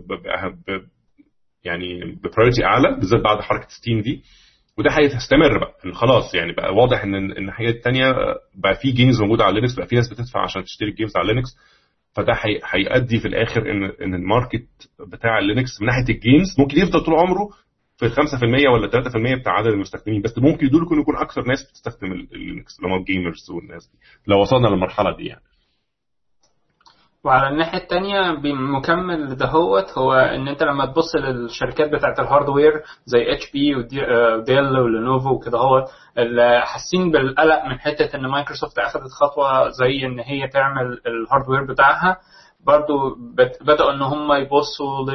يعني ببرايورتي اعلى، بالذات بعد حركه ستيم دي. وده هيستمر بقى، خلاص يعني بقى واضح ان حاجات تانية بقى في جيمز موجوده على لينكس، بقى في ناس بتدفع عشان تشتري الجيمز على لينكس. فده هيؤدي في الاخر ان الماركت بتاع لينكس من ناحيه الجيمز ممكن يفضل طول عمره في 5% ولا 3% بتاع عدد المستخدمين، بس ممكن دول يكون اكثر ناس بتستخدم اللينكس اللي هم الجيمرز والناس دي لو وصلنا للمرحله دي يعني. وعلى الناحية التانية بمكمل دهوت هو ان انت لما تبص للشركات بتاعت الهاردوير زي اتش بي وديل ولينوفو وكده هوت اللي حاسين بالقلق من حتة ان مايكروسوفت اخذت خطوة زي ان هي تعمل الهاردوير بتاعها، برضو بدأوا ان هم يبصوا ل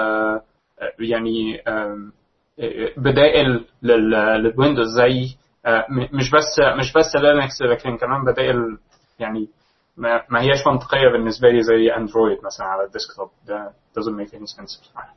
يعني بدائل للويندوز زي مش بس لينكس، لكن كمان بدائل يعني ما هياش منطقية بالنسبة لي زي اندرويد مثلا على الديسكتوب. ده doesn't make any sense بصراحة.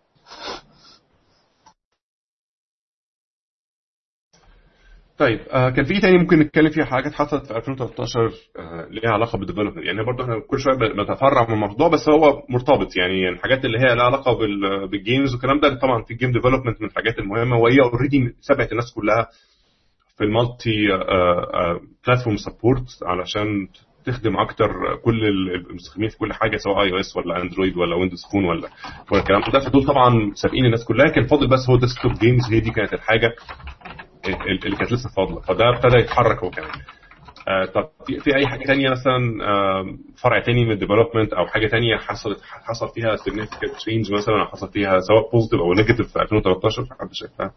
طيب كان في تاني ممكن نتكلم فيها حاجات حصلت في 2013 ليها علاقة بالديفلوبمنت. يعني برضه احنا كل شوية بنتفرع من الموضوع، بس هو مرتبط. يعني الحاجات اللي هي لها علاقة بالجيمز والكلام ده طبعا في الجيم ديفلوبمنت من الحاجات المهمة، وهي اوريدي سبقت الناس كلها في المالتي بلاتفورم سبورت علشان تخدم اكتر كل المستخدمين في كل حاجه، سواء اي او اس ولا اندرويد ولا ويندوز فون ولا الكلام ده. فدول طبعا سابقين الناس كلها. كان فاضل بس هو ديسكتوب جيمز، هي دي كانت الحاجه اللي كانت لسه فاضله، فده ابتدى يتحرك هو كمان. طب في اي حاجه ثانيه مثلا فرع ثاني من الديفلوبمنت او حاجه ثانيه حصل فيها significant change مثلا، او حصل فيها سواء بوزيتيف او نيجاتيف في 2013 حد شايفها؟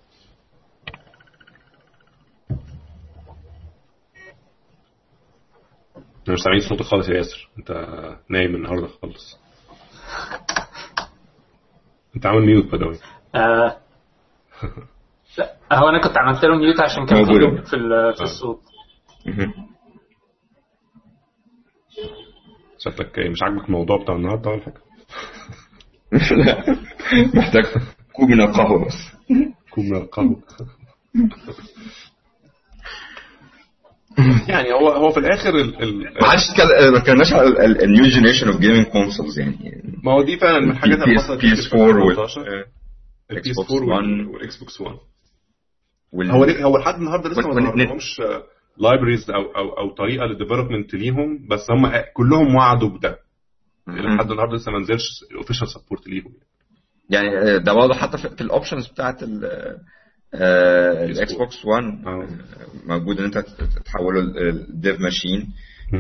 مش سامعين صوتك خالص يا ياسر، انت نايم النهارده خالص. انت عامل ميوت بدوي. لا هو انا كنت عملت له ميوت عشان كان في الصوت. شكلك مش عاجبك الموضوع بتاع النهارده ولا حاجه؟ لا محتاج كوب من القهوه بس. كوب من القهوه. يعني هو في الاخر ما حدش ما اتكلمناش على النيو جينيريشن اوف جيمنج كونسولز. يعني ما هو دي فعلا من الحاجات اللي حصلت في PS4 والاكس بوكس 1 والاكس بوكس 1. هو لحد النهارده لسه ما عندهمش لايبريز او طريقه للديفلوبمنت ليهم، بس هم كلهم وعدوا بده. لحد النهارده لسه ما نزلش اوفيشال سبورت ليهم. يعني ده واضح حتى في الاوبشنز بتاعت الاكس بوكس 1 موجود ان انت تحوله الديف ماشين.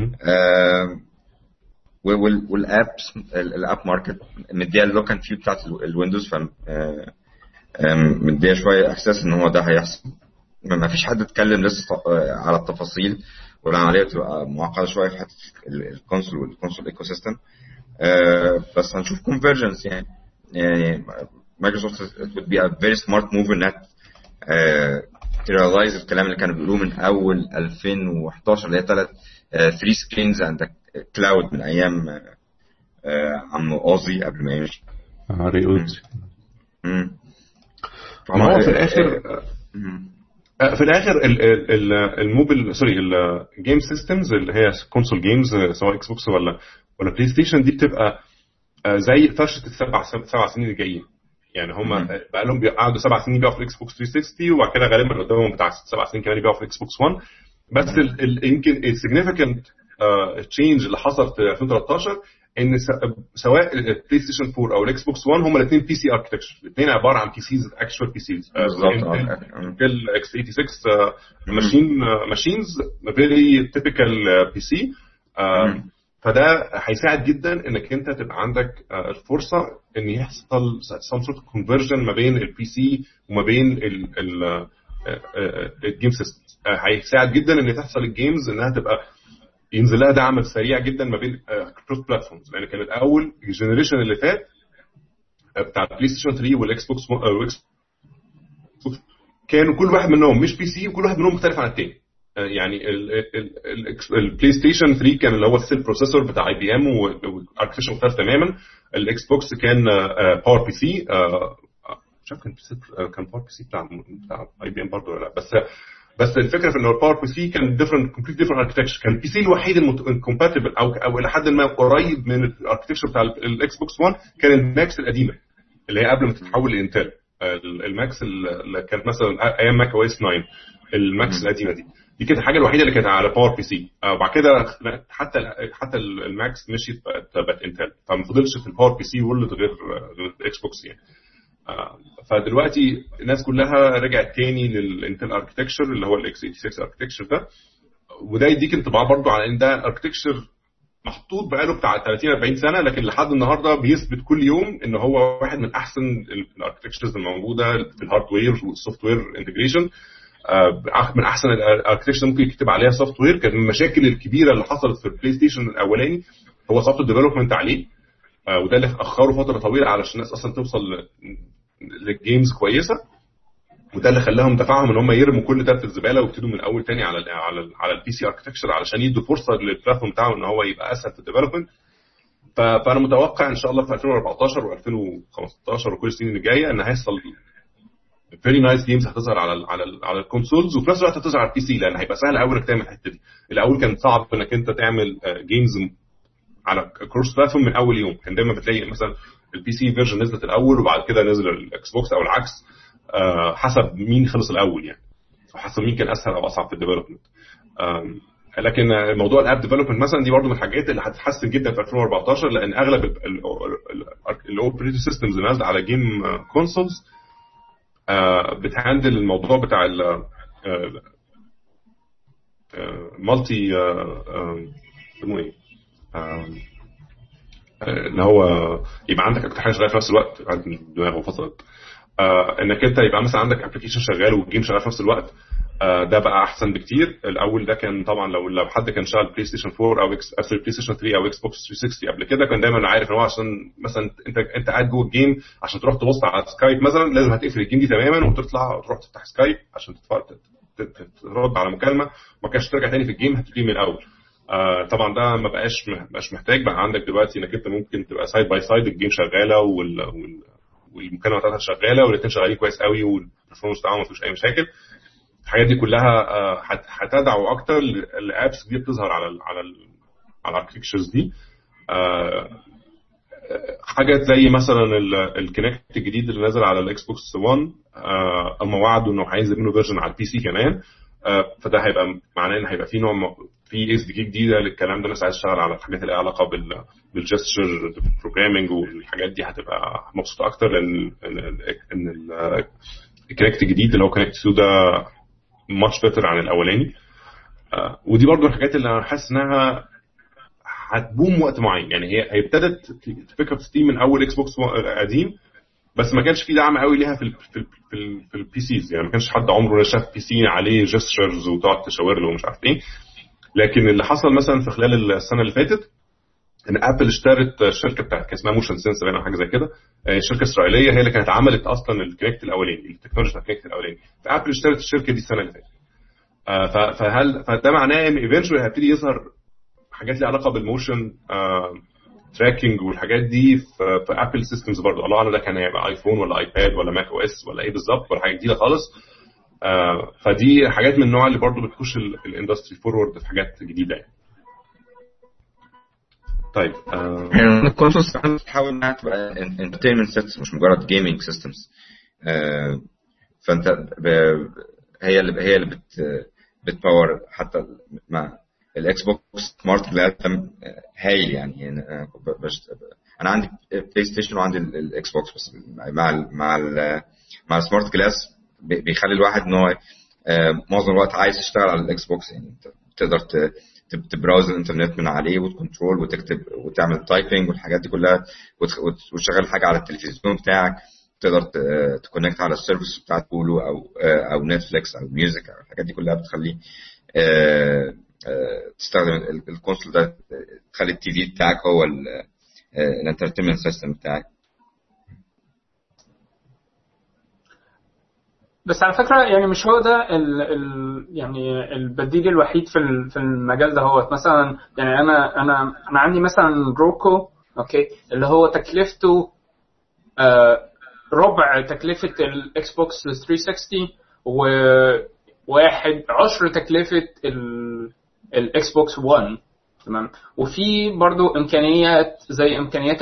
والابس الاب ماركت مديها اللوك اند فيو بتاعت الويندوز، ف مديها شويه احساس ان هو ده هيحصل. ما فيش حد اتكلم لسه على التفاصيل، والعمليه بتبقى معقده شويه في حته الكونسول والكونسول ايكو سيستم. بس هنشوف كونفرجنس يعني مايكروسوفت it would be a very smart move انها realize الكلام اللي كانوا بيقولوه من اول 2011 اللي هي 3 screens and cloud من ايام عم اوزي قبل ما يمشي. ريوز. هو في الاخر الموبل الجيم سيستمز اللي هي كونسول جيمز سواء اكس بوكس ولا بلاي ستيشن دي بتبقى زي فرشه السبع سنين الجايين. يعني هم بقى لهم قعدوا 7 سنين بيبيعوا في الاكس بوكس 360 وبعد كده غالبا قدامهم بتاع 7 سنين كمان يبيعوا في الاكس بوكس 1. بس يمكن السيجنيفيكانت تشينج اللي حصل في 2013 ان سواء البلاي ستيشن 4 او الاكس بوكس 1 هم الاثنين بي سي اركتكتشر، الاثنين عباره عن بي سيز اكشوال بي سيز. الاكس 86 ماشينز فيري تيبيكال بي سي. فده هيساعد جدا انك انت تبقى عندك الفرصه ان يحصل some sort of conversion ما بين البي سي وما بين الجيم سيستم. هيساعد جدا ان تحصل الجيمز انها تبقى ينزل لها دعم سريع جدا ما بين كروس بلاتفورمز. لان كان الاول الجنريشن اللي فات بتاع البلاي ستيشن 3 والاكس بوكس كانوا كل واحد منهم مش بي سي وكل واحد منهم مختلف عن الثاني. يعني البلاي ستيشن 3 كان اللي هو السيل بروسيسور بتاع اي بي ام واركتكتشر مختلف تماما. الاكس بوكس كان باور بي سي، مش عارف كان باور بي سي بتاع اي بي ام برضه ولا لا. بس الفكره في ان الباور بي سي كان كومبليت ديفرنت اركتكتشر. كان البي سي الوحيد الكومباتبل او الى حد ما قريب من الاركتكتشر بتاع الاكس بوكس 1 كان الماكس القديمه اللي هي قبل ما تتحول لانتل. الماكس اللي كانت مثلا ايام ماك او اس 9 الماكس القديمه دي كانت الحاجه الوحيده اللي كانت على باور بي سي. وبعد كده حتى الماكس مشيت بقت انتل، فما فضلش في الباور بي سي وورلد غير الاكس بوكس يعني. فدلوقتي الناس كلها رجعت تاني للانتل اركتكتشر اللي هو الاكس 86 اركتكتشر ده. وده يديك انطباع برضو على ان ده اركتكتشر محطوط بقاله بتاع 30 40 سنه، لكن لحد النهارده بيثبت كل يوم ان هو واحد من احسن الاركتكتشرز الموجوده في الهاردوير والسوفت وير انتجريشن. من احسن الاركتكتشر ممكن يكتب عليها سوفت وير. كان من المشاكل الكبيره اللي حصلت في البلاي ستيشن الاولاني هو سوفت ديفلوبمنت عليه، وده اللي اخره فتره طويله علشان الناس اصلا توصل للجيمز كويسه، وده اللي خلاهم دفعهم ان هم يرموا كل ده في الزباله ويبتدوا من اول تاني على البي سي اركتكتشر علشان يدوا فرصه للبلاتفورم بتاعه ان هو يبقى اسهل في الديفلوبمنت. فانا متوقع ان شاء الله في 2014 و2015 وكل السنين اللي جايه ان هيحصل فيري نايس جيمز هتظهر على الكونسولز، وفي نفس الوقت هتظهر على البي سي، لان هيبقى سهل قوي انك تعمل الحته دي. الاول كان صعب انك انت تعمل جيمز على كروس بلاتفورم من اول يوم. كان دايما بتلاقي مثلا البي سي فيرجن نزلت الاول وبعد كده نزل الاكس بوكس او العكس، حسب مين خلص الاول يعني، حسب مين كان اسهل او اصعب في الديفلوبمنت. لكن موضوع الاب ديفلوبمنت مثلا دي برضو من الحاجات اللي هتتحسن جدا في 2014، لان اغلب الاوبريتنج سيستمز اللي نازله على جيم كونسولز بتهندل الموضوع بتاع مالتي اسمه ايه، ان هو يبقى عندك اكتر حاجه شغاله في نفس الوقت عند دماغه فصلت. انك انت يبقى مثلا عندك ابلكيشن شغال والجيم شغال في نفس الوقت، ده بقى احسن بكتير. الاول ده كان طبعا لو حد كان شغال بلاي ستيشن 4 او بلاي ستيشن 3 او اكس بوكس 360 قبل كده، كان دايما عارف ان هو عشان مثلا انت قاعد جوه الجيم عشان تروح تبص على سكايب مثلا لازم هتقفل الجيم دي تماما وتطلع وتروح تفتح سكايب عشان ترد على مكالمه، ما كانش ترجع تاني في الجيم، هتبتدي من الاول. طبعا ده ما بقاش محتاج. بقى عندك دلوقتي انك انت ممكن تبقى سايد باي سايد الجيم شغاله والمكالمه بتاعتها شغاله والاثنين شغالين كويس قوي والبرفورمانس بتاعهم ما فيهوش اي مشاكل. الحاجات دي كلها هتدعو اكتر الابس دي بتظهر على الاركتكتشرز دي. حاجات زي مثلا الكونكت الجديد اللي نزل على الاكس بوكس 1، اما وعدوا انه هينزل منه فيرجن على البي سي كمان. فده هيبقى معناه ان هيبقى في نوع في اس دي كي جديده للكلام ده، ناس عايز تشتغل على حاجات اللي لها علاقه بالجستشر بروجرامينج والحاجات دي، هتبقى مبسوطه اكتر لان الكونكت الجديد اللي هو كونكت 2 ده ماتش بيتر عن الاولاني. ودي برضو الحاجات اللي انا حاسس انها هتبوم وقت معين. يعني هي ابتدت فكره ستيم من اول اكس بوكس قديم، بس ما كانش في دعم قوي ليها في البي سيز. يعني ما كانش حد عمره شاف بي سي عليه جستشرز وتقعد تشاور له ومش عارف ايه. لكن اللي حصل مثلا في خلال السنه اللي فاتت ان ابل اشترت شركه بتاعت اسمها موشن سنسر او حاجه زي كده، شركه اسرائيليه هي اللي كانت عملت اصلا الكونكت الاولاني، التكنولوجيا بتاعت الكونكت الاولاني. فابل اشترت الشركه دي السنه اللي فاتت. فده معناه ان ايفنتشولي هيبتدي يظهر حاجات ليها علاقه بالموشن تراكنج والحاجات دي في ابل سيستمز برضه. الله اعلم ده كان هيبقى ايفون ولا ايباد ولا ماك او اس ولا ايه بالظبط، ولا حاجه جديده خالص. فدي حاجات من النوع اللي برضه بتخش الاندستري فورورد في حاجات جديده يعني. طيب الكونسولز بتحاول انها تبقى انترتينمنت سيستم مش مجرد جيمنج سيستمز. فانت هي اللي بتباور حتى مع الاكس بوكس سمارت جلاس هايل. يعني انا عندي بلاي ستيشن وعندي الاكس بوكس، بس مع السمارت جلاس بيخلي الواحد ان هو معظم الوقت عايز يشتغل على الاكس بوكس. يعني انت تقدر تبراوز الانترنت من عليه وتكنترول وتكتب وتعمل تايبنج والحاجات دي كلها، وتشغل حاجه على التلفزيون بتاعك، تقدر تكونكت على السيرفيس بتاعت بولو او نتفليكس او ميوزك او الحاجات دي كلها بتخليه تستخدم الكونسول ده، تخلي التي في بتاعك هو الانترتينمنت سيستم بتاعك. بس على فكرة يعني مش هو ده يعني البديل الوحيد في المجال ده. هو مثلا يعني انا عندي مثلا روكو، اوكي، اللي هو تكلفته ربع تكلفة الاكس بوكس 360 وواحد عشر تكلفة الاكس بوكس 1. تمام. وفي برضو امكانيات زي امكانيات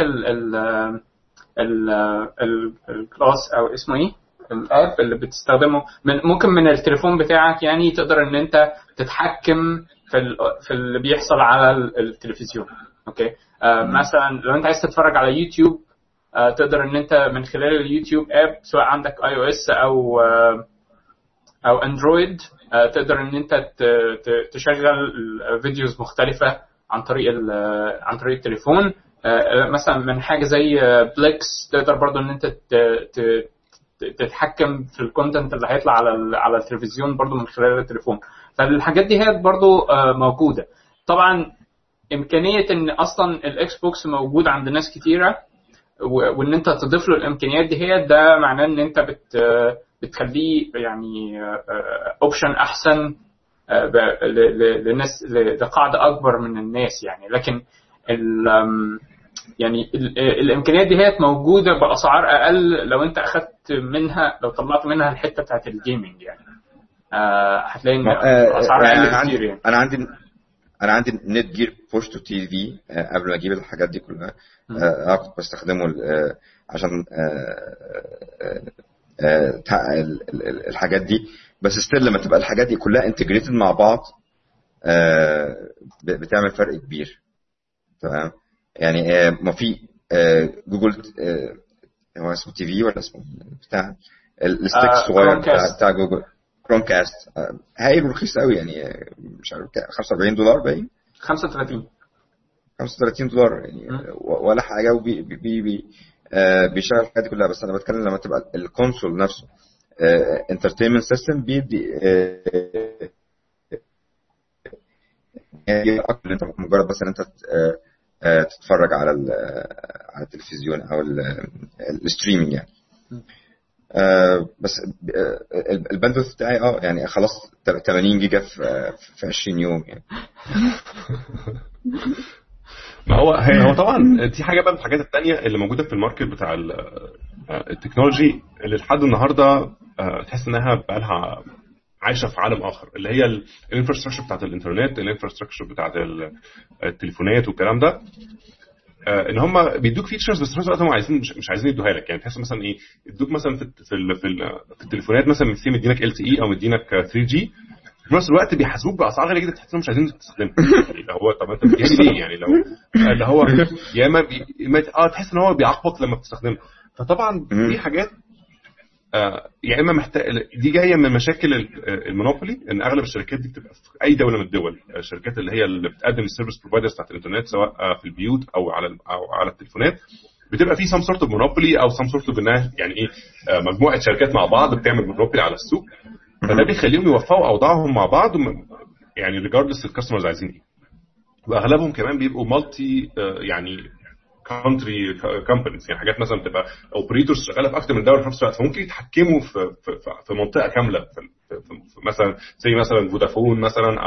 الكلاس او اسمه ايه الاب اللي بتستخدمه ممكن من التليفون بتاعك. يعني تقدر ان انت تتحكم في اللي بيحصل على التلفزيون. اوكي. مثلا لو انت عايز تتفرج على يوتيوب، تقدر ان انت من خلال اليوتيوب اب سواء عندك اي او اس او اندرويد، تقدر ان انت تشغل فيديوز مختلفة عن طريق التليفون. مثلا من حاجة زي بليكس تقدر برضو ان انت تتحكم في الكونتنت اللي هيطلع على التلفزيون برضو من خلال التليفون. فالحاجات دي هي برضو موجودة. طبعا إمكانية ان اصلا الاكس بوكس موجود عند ناس كتيرة، وان انت تضيف له الامكانيات دي، هي ده معناه ان انت بتخليه يعني اوبشن احسن للناس، لقاعدة اكبر من الناس يعني. لكن يعني الامكانيات دي هي موجوده باسعار اقل لو انت اخذت منها، لو طلعت منها الحته بتاعت الجيمنج يعني. هتلاقي ان اسعار اقل كتير يعني. انا عندي نت جير بوش تو تي في قبل ما اجيب الحاجات دي كلها. كنت بستخدمه عشان الحاجات دي. بس ستيل لما تبقى الحاجات دي كلها انتجريتد مع بعض بتعمل فرق كبير. تمام. يعني ما في جوجل هو اسمه تي في ولا اسمه بتاع الستيك الصغير بتاع جوجل كروم كاست، هايل ورخيص قوي يعني. مش عارف $45 باين 35 دولار يعني ولا حاجه، بيشغل الحاجات دي كلها. بس انا بتكلم لما تبقى الكونسول نفسه انترتينمنت سيستم بيدي يعني اكتر. انت مجرد بس ان انت تتفرج على التلفزيون او الستريمينج يعني. بس الباندوث بتاعي يعني خلاص 80 جيجا في 20 يوم يعني. ما هو طبعا دي حاجه بقى من الحاجات الثانيه اللي موجوده في الماركت بتاع التكنولوجي اللي لحد النهارده تحس انها بقى لها عايشه في عالم اخر، اللي هي الانفراستراكشر بتاعت الانترنت، الانفراستراكشر بتاعت التليفونات والكلام ده. ان هم بيدوك فيتشرز بس في نفس الوقت هم عايزين مش عايزين يدوها لك. يعني تحس مثلا يدوك مثلا في التليفونات مثلا مدينك LTE او مدينك 3G، في نفس الوقت بيحاسبوك باسعار غاليه جدا تحس انهم مش عايزين تستخدمها. يعني هو طب انت بتجيب ليه يعني؟ لو اللي هو يا اما تحس ان هو بيعاقبك لما بتستخدمه. فطبعا دي حاجات يا اما دي جايه من مشاكل المونوبولي، ان اغلب الشركات دي بتبقى في اي دوله من الدول، الشركات اللي هي اللي بتقدم السيرفيس بروفايدرز بتاعت الانترنت سواء في البيوت او على التليفونات، بتبقى في سام سورت اوف مونوبولي او سام سورت اوف انها يعني ايه مجموعه شركات مع بعض بتعمل مونوبولي على السوق. فده بيخليهم يوفقوا اوضاعهم مع بعض يعني ريجاردلس الكاستمرز عايزين ايه. واغلبهم كمان بيبقوا مالتي يعني كونتري كومبانيز، يعني حاجات مثلا بتبقى اوبريتورز شغاله في اكتر من دوله في نفس الوقت، فممكن يتحكموا في منطقه كامله في مثلا زي مثلا فودافون مثلا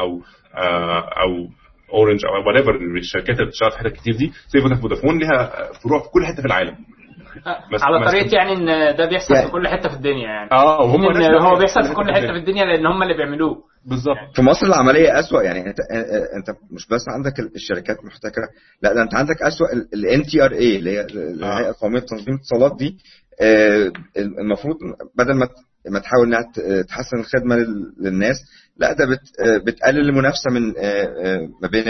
او اورنج او وات ايفر الشركات اللي بتشتغل في حتت كتير دي. زي فودافون ليها فروع في كل حته في العالم على طريقه يعني ان ده بيحصل في كل حته في الدنيا يعني. وهم هو بيحصل في كل حته في الدنيا لان هم اللي بيعملوه بالظبط. في مصر العمليه اسوأ، يعني انت مش بس عندك الشركات محتكره، لا ده انت عندك اسوأ NTRA اللي هي الهيئه القوميه لتنظيم الاتصالات دي. المفروض بدل ما تحاول انها تحسن الخدمه للناس، لا ده بتقلل المنافسه من ما بين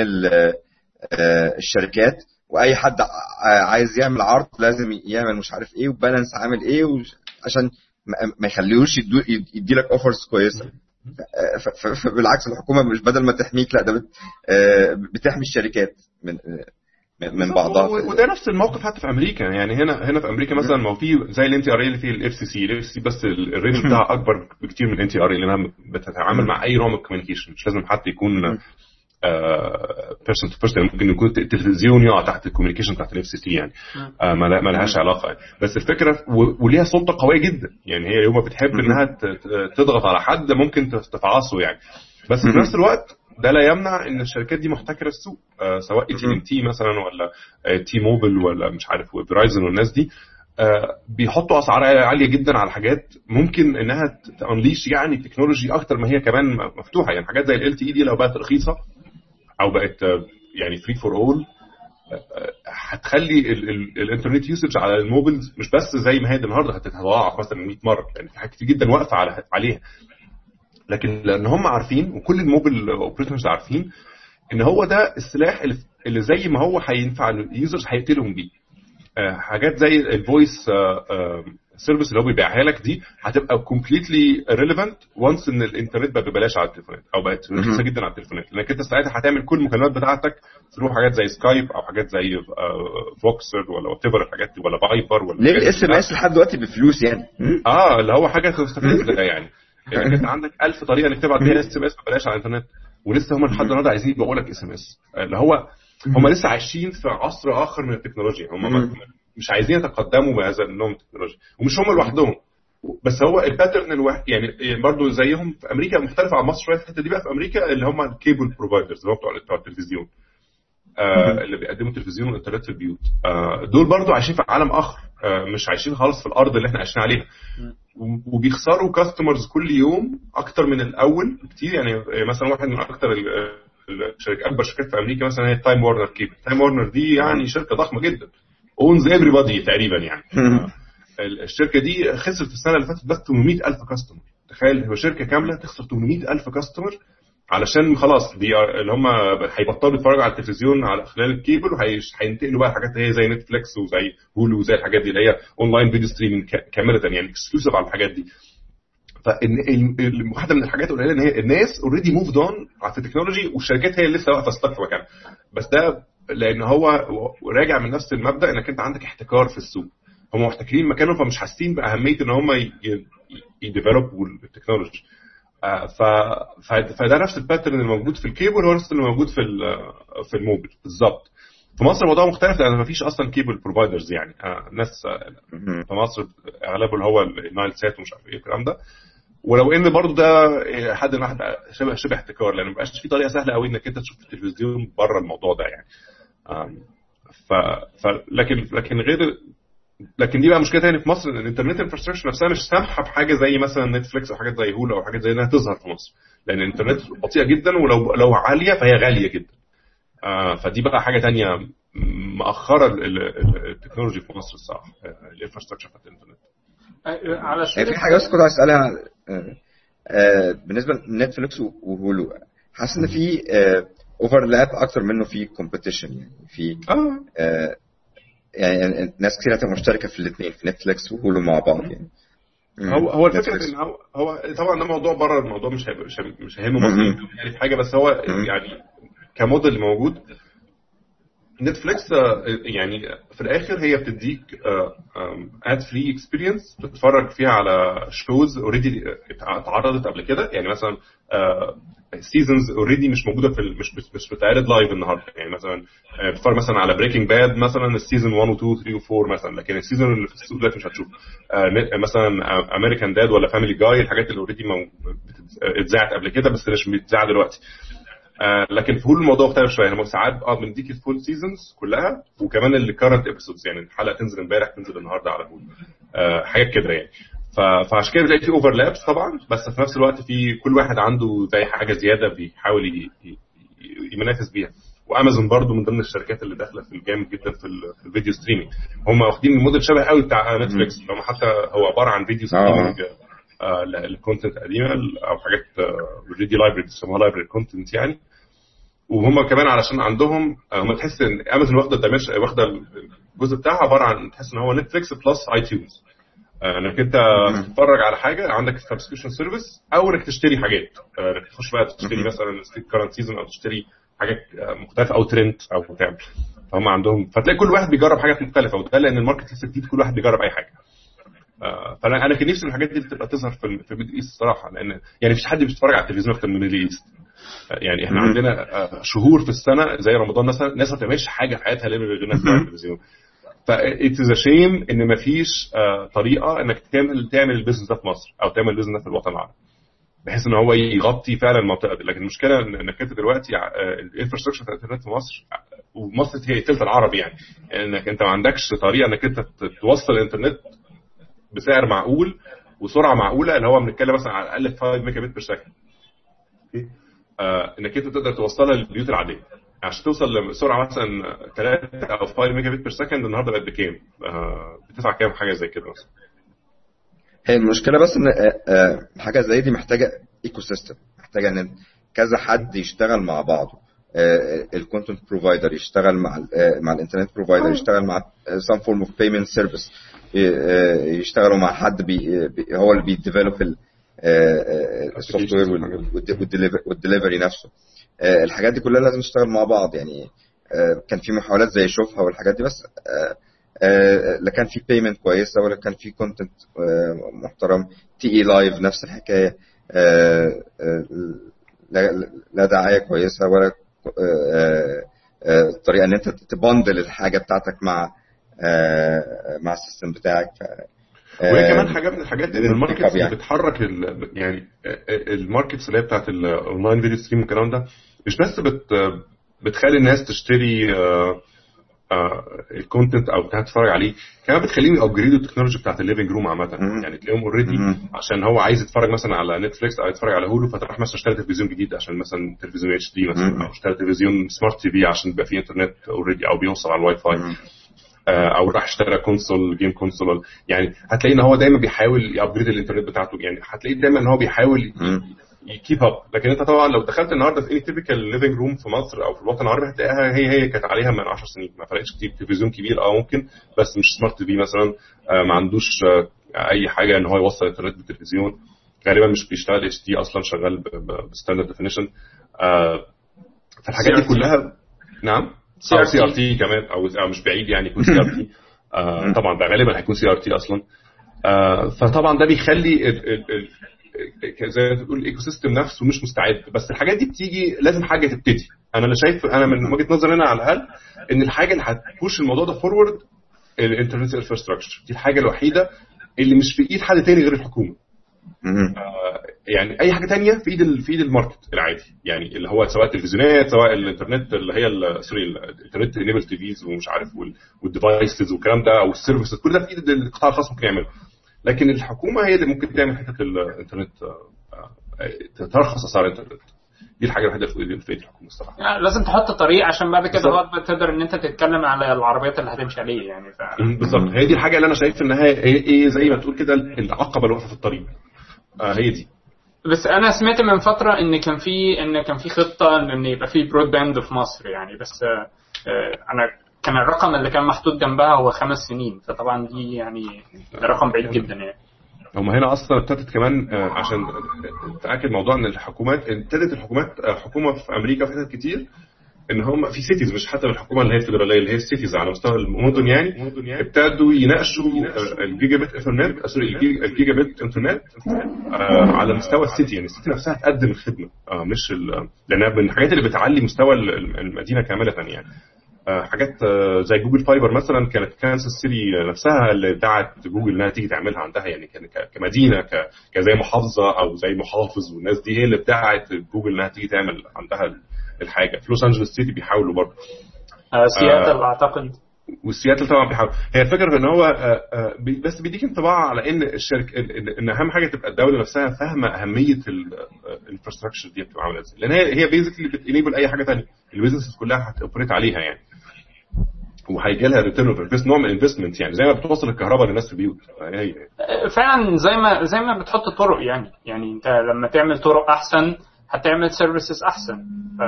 الشركات، واي حد عايز يعمل عرض لازم يعمل مش عارف ايه وبالانس عامل ايه عشان ما يخليوش يديلك اوفرز كويسه. فبالعكس الحكومه مش بدل ما تحميك، لا ده بتحمي الشركات من بعضها. وده نفس الموقف حتى في امريكا، يعني هنا في امريكا مثلا ما في زي الNTRA اللي فيه الFCC بس الرينج بتاعها اكبر بكتير من الNTRA لانها بتتعامل مع اي نوع من الكوميونيكيشن، مش لازم حتى يكون بيرسون تو بيرسون، ممكن يكون التلفزيون يقع تحت الكوميونيكيشن تحت الFCC يعني ما لهاش علاقه يعني. بس الفكره وليها سلطه قويه جدا، يعني هي يوم بتحب انها تضغط على حد ممكن تفعصه يعني. بس في نفس الوقت ده لا يمنع ان الشركات دي محتكره السوق، سواء AT&T مثلا ولا تي موبل ولا مش عارف وفيرايزن والناس دي بيحطوا اسعار عاليه جدا على حاجات ممكن انها تانليش يعني التكنولوجي اكتر ما هي كمان مفتوحه. يعني حاجات زي LTE دي لو بقت رخيصه او بقت يعني فري فور اول هتخلي الانترنت يوسج على الموبيلز مش بس زي ما هي النهارده هتتضاعف مثلا 100 مره، يعني في حاجات كتير جدا واقفه عليها. لكن لان هم عارفين وكل الموبيل اوبريتورز عارفين ان هو ده السلاح اللي زي ما هو هينفع اليوزرز هيقتلهم بيه. حاجات زي الفويس سيرفيس اللي هو بيبيعها لك دي هتبقى كومبليتلي ريليفنت وانس ان الانترنت بقى ببلاش على التليفونات او بقت رخيصه جدا على التليفونات، لانك انت ساعتها هتعمل كل المكالمات بتاعتك تروح حاجات زي سكايب او حاجات زي فوكسر ولا وات ايفر الحاجات دي ولا فايبر ولا ليه الSMS لحد دلوقتي بفلوس يعني. اللي هو حاجه خفيفه يعني انك انت عندك 1000 طريقه انك تبعت بيها SMS ببلاش على الانترنت، ولسه هم لحد النهارده عايزين يبيعوا لك SMS. اللي هو هم لسه عايشين في عصر اخر من التكنولوجيا، هم مش عايزين يتقدموا بهذا النوع من التكنولوجيا، ومش هم لوحدهم. بس هو الباترن الواحد يعني برضو زيهم في امريكا مختلفه عن مصر شويه في الحته دي. بقى في امريكا اللي هم الكيبل بروفايدرز اللي هم بتوع التلفزيون اللي بيقدموا التلفزيون والانترنت في البيوت، دول برضو عايشين في عالم اخر، مش عايشين خالص في الارض اللي احنا عايشين عليها، وبيخسروا كاستمرز كل يوم اكتر من الاول كتير. يعني مثلا واحد من اكتر الشركات اكبر شركات في امريكا مثلا هي تايم وارنر كيبل. تايم وارنر دي يعني شركه ضخمه جدا owns everybody تقريبا يعني. الشركه دي خسرت السنه اللي فاتت بس 800,000 كاستمر. تخيل هو شركه كامله تخسر 800,000 كاستمر علشان خلاص دي اللي هم هيبطلوا يتفرجوا على التلفزيون على خلال الكيبل وهينتقلوا بقى حاجات هي زي نتفليكس وزي هولو وزي الحاجات دي اللي هي اونلاين فيديو ستريمينج كامله يعني اكسكلوسيف على الحاجات دي. واحده من الحاجات القليله ان هي الناس اوريدي موفد اون على التكنولوجي والشركات هي اللي لسه واقفه ستاك في مكانها. بس ده لان هو راجع من نفس المبدا انك انت عندك احتكار في السوق، هم محتكرين مكانهم فمش حاسين باهميه ان هم يديفلوبوا التكنولوجي. فده نفس الباترن الموجود في الكيبل هو نفس اللي موجود في الموبيل بالظبط. في مصر الموضوع مختلف لان ما فيش اصلا كيبل بروفايدرز يعني. ناس في مصر اغلبه اللي هو النايل سات ومش عارف ايه الكلام ده، ولو ان برضو ده حد واحد شبه احتكار لان ما بقاش في طريقه سهله قوي انك انت تشوف التلفزيون بره الموضوع ده يعني. لكن دي بقى مشكله ثانيه في مصر ان الانترنت انفراستراكشر نفسها مش سامحه بحاجه زي مثلا نتفليكس او حاجات زي هولو او حاجات زي انها تظهر في مصر، لان الانترنت بطيئه جدا ولو عاليه فهي غاليه جدا. فدي بقى حاجه ثانيه مأخره التكنولوجي في مصر الصراحه، الانفراستراكشر بتاعت الانترنت. في حاجه بس كنت عايز اسالها بالنسبه لنتفليكس وهولو حاسس ان في اوفرلاب اكتر منه في كومبيتيشن يعني في يعني ناس كتير هتبقى مشتركه في الاثنين في نتفليكس وهولو مع بعض يعني. هو الفكره ان هو طبعا ده موضوع بره الموضوع مش هيهم مصريين يعني في حاجه بس هو يعني كموديل موجود نتفليكس يعني في الاخر هي بتديك اد فري اكسبيرينس تتفرج فيها على شوز اوريدي اتعرضت قبل كده يعني مثلا سيزونز اوريدي مش موجوده في مش بتعرض لايف النهارده يعني مثلا بتتفرج مثلا على بريكنج باد مثلا السيزون 1 و 2 و 3 و 4 مثلا لكن السيزون اللي في السوق دلوقتي مش هتشوف مثلا امريكان داد ولا فاميلي جاي الحاجات اللي اوريدي اتذاعت قبل كده بس مش بتتذاع دلوقتي لكن في هولو الموضوع مختلف شويه هم ساعات بنديك الفول سيزونز كلها وكمان الكارنت ابيسودز يعني الحلقه تنزل امبارح تنزل النهارده على هولو حاجات كده يعني فعشان كده بتلاقي في اوفرلابس طبعا بس في نفس الوقت في كل واحد عنده زي حاجه زياده بيحاول ينافس بيها وامازون برضو من ضمن الشركات اللي داخله في الجامد جدا في الفيديو ستريمينج هم واخدين الموديل شبه قوي بتاع نتفليكس هم حتى هو عباره عن فيديو ستريمينج الكونتنت قديمه او حاجات فيديو لايبرري بيسموها لايبرري كونتنت يعني وهم كمان علشان عندهم هم تحس ان امازون واخده الجزء بتاعها عباره عن تحس ان هو نتفليكس بلس اي تيونز انك انت تتفرج على حاجه عندك سبسكريبشن سيرفيس او انك تشتري حاجات انك تخش بقى تشتري مثلا كارنت سيزون او تشتري حاجات مختلفه او ترند او تعمل فهم عندهم فتلاقي كل واحد بيجرب حاجات مختلفه وده لان الماركت لسه جديد كل واحد بيجرب اي حاجه فانا كان نفسي الحاجات دي تبقى تظهر في الميدل ايست الصراحه لان يعني مفيش حد بيتفرج على التلفزيون اكتر من الميدل ايست يعني احنا عندنا شهور في السنه زي رمضان مثلا الناس ما بتعملش حاجه في حياتها غير انها تتفرج على التلفزيون فإتس ا شيم ان مفيش طريقه انك تعمل البيزنس ده في مصر او تعمل البيزنس ده في الوطن العربي بحيث ان هو يغطي فعلا المنطقه دي لكن المشكله انك انت دلوقتي الانفراستراكشر بتاع الانترنت في مصر ومصر هي الثلث العربي يعني انك انت ما عندكش طريقه انك انت توصل الانترنت بسعر معقول وسرعه معقوله اللي هو بنتكلم مثلا على الاقل 5 ميجا بت بير سكند انك انت تقدر توصلها للبيوت العاديه عشان توصل لسرعه مثلا 3 او 5 ميجا بت بير سكند النهارده بقت بكام بتدفع كام حاجه زي كده مثلا هي المشكله بس ان حاجه زي دي محتاجه ايكو سيستم محتاجه ان كذا حد يشتغل مع بعضه الكونتنت بروفايدر يشتغل مع الانترنت بروفايدر يشتغل مع some form of payment service يشتغلوا مع حد هو اللي بيديفلوب السوفت وير والدليفري نفسه الحاجات دي كلها لازم نشتغل مع بعض يعني كان في محاولات زي شوفها والحاجات دي بس لا كان في بيمنت كويسه ولا كان في كونتنت محترم تي اي لايف نفس الحكايه لا دعايه كويسه ولا الطريقه ان انت تبندل الحاجه بتاعتك مع السيستم بتاعك وهي كمان حاجه من الحاجات ان الماركتس اللي بتحرك يعني الماركتس اللي هي بتاعت الاونلاين فيديو ستريم والكلام ده مش بس بتخلي الناس تشتري الكونتنت او تتفرج عليه كمان بتخليهم يابجريدوا التكنولوجي بتاعت الليفنج روم عامه يعني تلاقيهم اوريدي عشان هو عايز يتفرج مثلا على نتفليكس او يتفرج على هولو فتروح مثلا اشتري تلفزيون جديد عشان مثلا تلفزيون اتش دي مثلا او اشتري تلفزيون سمارت تي في عشان يبقى فيه انترنت اوريدي او بيوصل على الواي فاي او راح اشترى كونسول جيم كونسول يعني هتلاقي ان هو دايما بيحاول يابجريد الانترنت بتاعته يعني هتلاقيه دايما ان هو بيحاول يكيب اب لكن انت طبعا لو دخلت النهارده في اي تيبيكال ليفنج روم في مصر او في الوطن العربي هتلاقيها هي كانت عليها من 10 سنين ما فرقتش كتير تلفزيون كبير ممكن بس مش سمارت تي في مثلا ما عندوش اي حاجه ان هو يوصل الانترنت بالتلفزيون غالبا مش بيشتغل اتش دي اصلا شغال بستاندرد ديفينيشن فالحاجات دي كلها نعم سي ار تي كمان او مش بعيد يعني يكون سي ار تي طبعا ده غالبا هيكون سي ار تي اصلا فطبعا ده بيخلي زي ما تقول الايكو سيستم نفسه مش مستعد بس الحاجات دي بتيجي لازم حاجه تبتدي انا شايف انا من وجهه نظري انا على الاقل ان الحاجه اللي هتبوش الموضوع ده فورورد الانترنت انفراستراكشر دي الحاجه الوحيده اللي مش في ايد حد تاني غير الحكومه يعني اي حاجه تانية في ايد الماركت العادي يعني اللي هو سواء التلفزيونات سواء الانترنت اللي هي سوري الانترنت انيبل تي فيز ومش عارف والديفايسز والكلام ده او السيرفيسز كل ده في ايد القطاع الخاص ممكن يعمله لكن الحكومه هي اللي ممكن تعمل حته الانترنت ترخص اسعار الانترنت دي الحاجه الوحيده في ايد الحكومه الصراحه يعني لازم تحط طريق عشان بعد كده تقدر ان انت تتكلم على العربيات اللي هتمشي عليه يعني بالظبط هي دي الحاجه اللي انا شايف انها ايه زي ما تقول كده العقبه اللي واقفه في الطريق هي دي بس انا سمعت من فتره ان كان في خطه ان يبقى في برود باند في مصر يعني، بس انا كان الرقم اللي كان محطوط جنبها هو 5 سنين، فطبعا دي يعني ده رقم بعيد جدا يعني. هم هنا اصلا ابتدت كمان عشان تاكد موضوع ان الحكومات حكومه في امريكا في حتت كتير ان هم في سيتيز، مش حتى الحكومه اللي هي الفيدراليه، اللي هي السيتيز على مستوى المدن يعني ابتدوا يناقشوا الجيجا بت ايثرنت الجيجا بت انترنت على مستوى السيتي، يعني السيتي نفسها تقدم الخدمه مش لانها من الحاجات اللي بتعلي مستوى المدينه كامله يعني. حاجات زي جوجل فايبر مثلا كانت كانساس سيتي نفسها اللي دعت جوجل انها تيجي تعملها عندها، يعني كان كمدينه كزي محافظه او زي محافظ، والناس دي هي اللي دعت جوجل انها تيجي تعمل عندها الحاجه. في لوس انجلوس سيتي بيحاولوا برضه، سياتل اعتقد، والسياتل طبعا بيحاول. هي الفكره ان هو بس بيديك انطباع على ان الشركه ان اهم حاجه تبقى الدوله نفسها فاهمه اهميه الانفراستراكشر دي بتبقى عامله ازاي، لان هي بيزيكلي بتنيبل اي حاجه ثانيه البيزنس كلها هتوبريت عليها يعني، وهيجي لها ريتيرن اوف انفست، نوع من الانفستمنت يعني، زي ما بتوصل الكهرباء للناس في البيوت. هي فعلا زي ما بتحط طرق يعني انت لما تعمل طرق احسن هتعمل سيرفيسز احسن.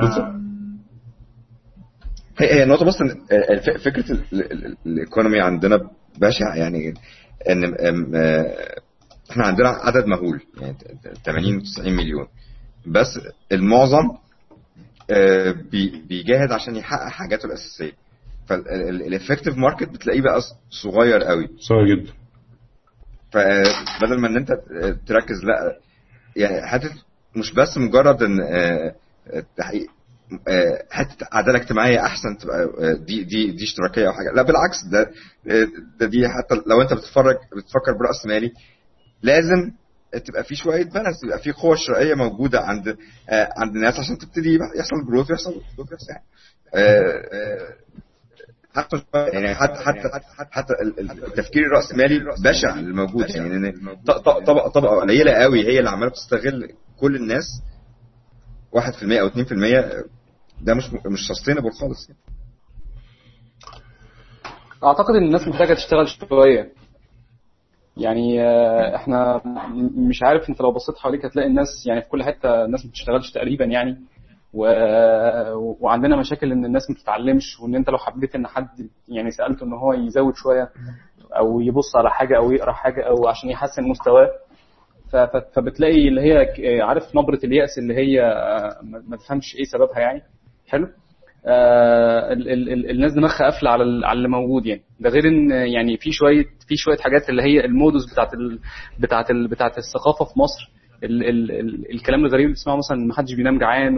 هي نقطه بس فكره الايكونومي عندنا بشع يعني، ان احنا عندنا عدد مهول يعني 80-90 مليون، بس المعظم بيجاهد عشان يحقق حاجاته الاساسيه، فالافكتيف ماركت بتلاقيه بقى صغير قوي، صغير جدا. فبدل ما ان انت تركز لا يعني حته مش بس مجرد ان تحقيق حته عداله اجتماعيه احسن تبقى دي اشتراكيه او حاجه، لا بالعكس، دي حتى لو انت بتفكر براس مالي لازم تبقى في شويه بالانس، يبقى في قوه شرائيه موجوده عند الناس عشان تبتدي يحصل جروث ويحصل يعني حتى التفكير الرأسمالي بشع الموجود يعني، ان طبقه قليله قوي هي اللي عماله بتستغل كل الناس 1% او 2%، ده مش سستينبل خالص يعني. اعتقد ان الناس محتاجه تشتغل شويه يعني، احنا مش عارف، انت لو بصيت حواليك هتلاقي الناس يعني في كل حته الناس ما بتشتغلش تقريبا يعني، وعندنا مشاكل ان الناس ما بتتعلمش، وان انت لو حبيت ان حد يعني سالته ان هو يزود شويه او يبص على حاجه او يقرا حاجه او عشان يحسن مستواه، فبتلاقي اللي هي عارف نبره اليأس اللي هي ما تفهمش ايه سببها يعني. حلو. الناس دماغها قافله على اللي موجود يعني. ده غير ان يعني في شويه حاجات اللي هي المودوس بتاعت الثقافه في مصر، الكلام الغريب اللي بتسمعه مثلا ما حدش بينام جعان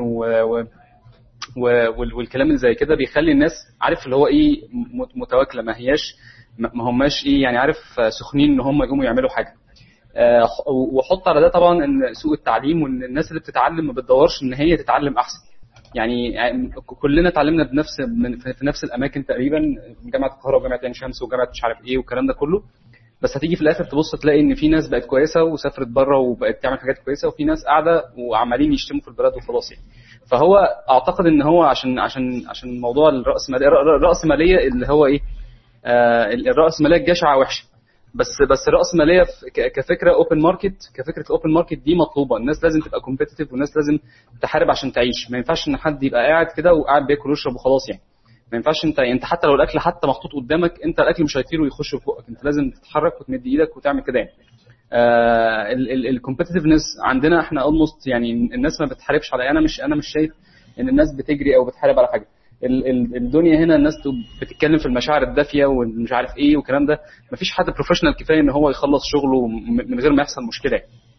والكلام اللي زي كده بيخلي الناس عارف اللي هو ايه متواكله، ما هماش ايه يعني عارف سخنين ان هم يقوموا يعملوا حاجه. وحط على ده طبعا ان سوء التعليم، وان الناس اللي بتتعلم ما بتدورش ان هي تتعلم احسن يعني. كلنا اتعلمنا في نفس الاماكن تقريبا، جامعه القاهره وجامعه عين شمس وجامعه مش عارف ايه والكلام ده كله، بس هتيجي في الاخر تبص تلاقي ان في ناس بقت كويسه وسافرت بره وبقت تعمل حاجات كويسه، وفي ناس قاعده وعمالين يشتموا في البلد وخلاص يعني. فهو اعتقد ان هو عشان موضوع الرأسماليه اللي هو ايه، الرأسماليه الجشعه وحشه، بس الرأسماليه كفكره اوبن ماركت، كفكره الاوبن ماركت دي مطلوبه. الناس لازم تبقى كومبيتيتيف، والناس لازم تحارب عشان تعيش. ما ينفعش ان حد يبقى قاعد كده وقاعد بياكل ويشرب وخلاص يعني. ما ينفعش انت حتى لو الاكل حتى محطوط قدامك، انت الاكل مش هيطير ويخش في بقك، انت لازم تتحرك وتمد ايدك وتعمل كده يعني. الكومبيتيتيفنس عندنا احنا اولموست يعني الناس ما بتحاربش على، انا مش شايف ان الناس بتجري او بتحارب على حاجه. الدنيا هنا الناس بتتكلم في المشاعر الدافيه ومش عارف ايه والكلام ده، مفيش حد بروفيشنال كفايه ان هو يخلص شغله من غير ما يحصل مشكله.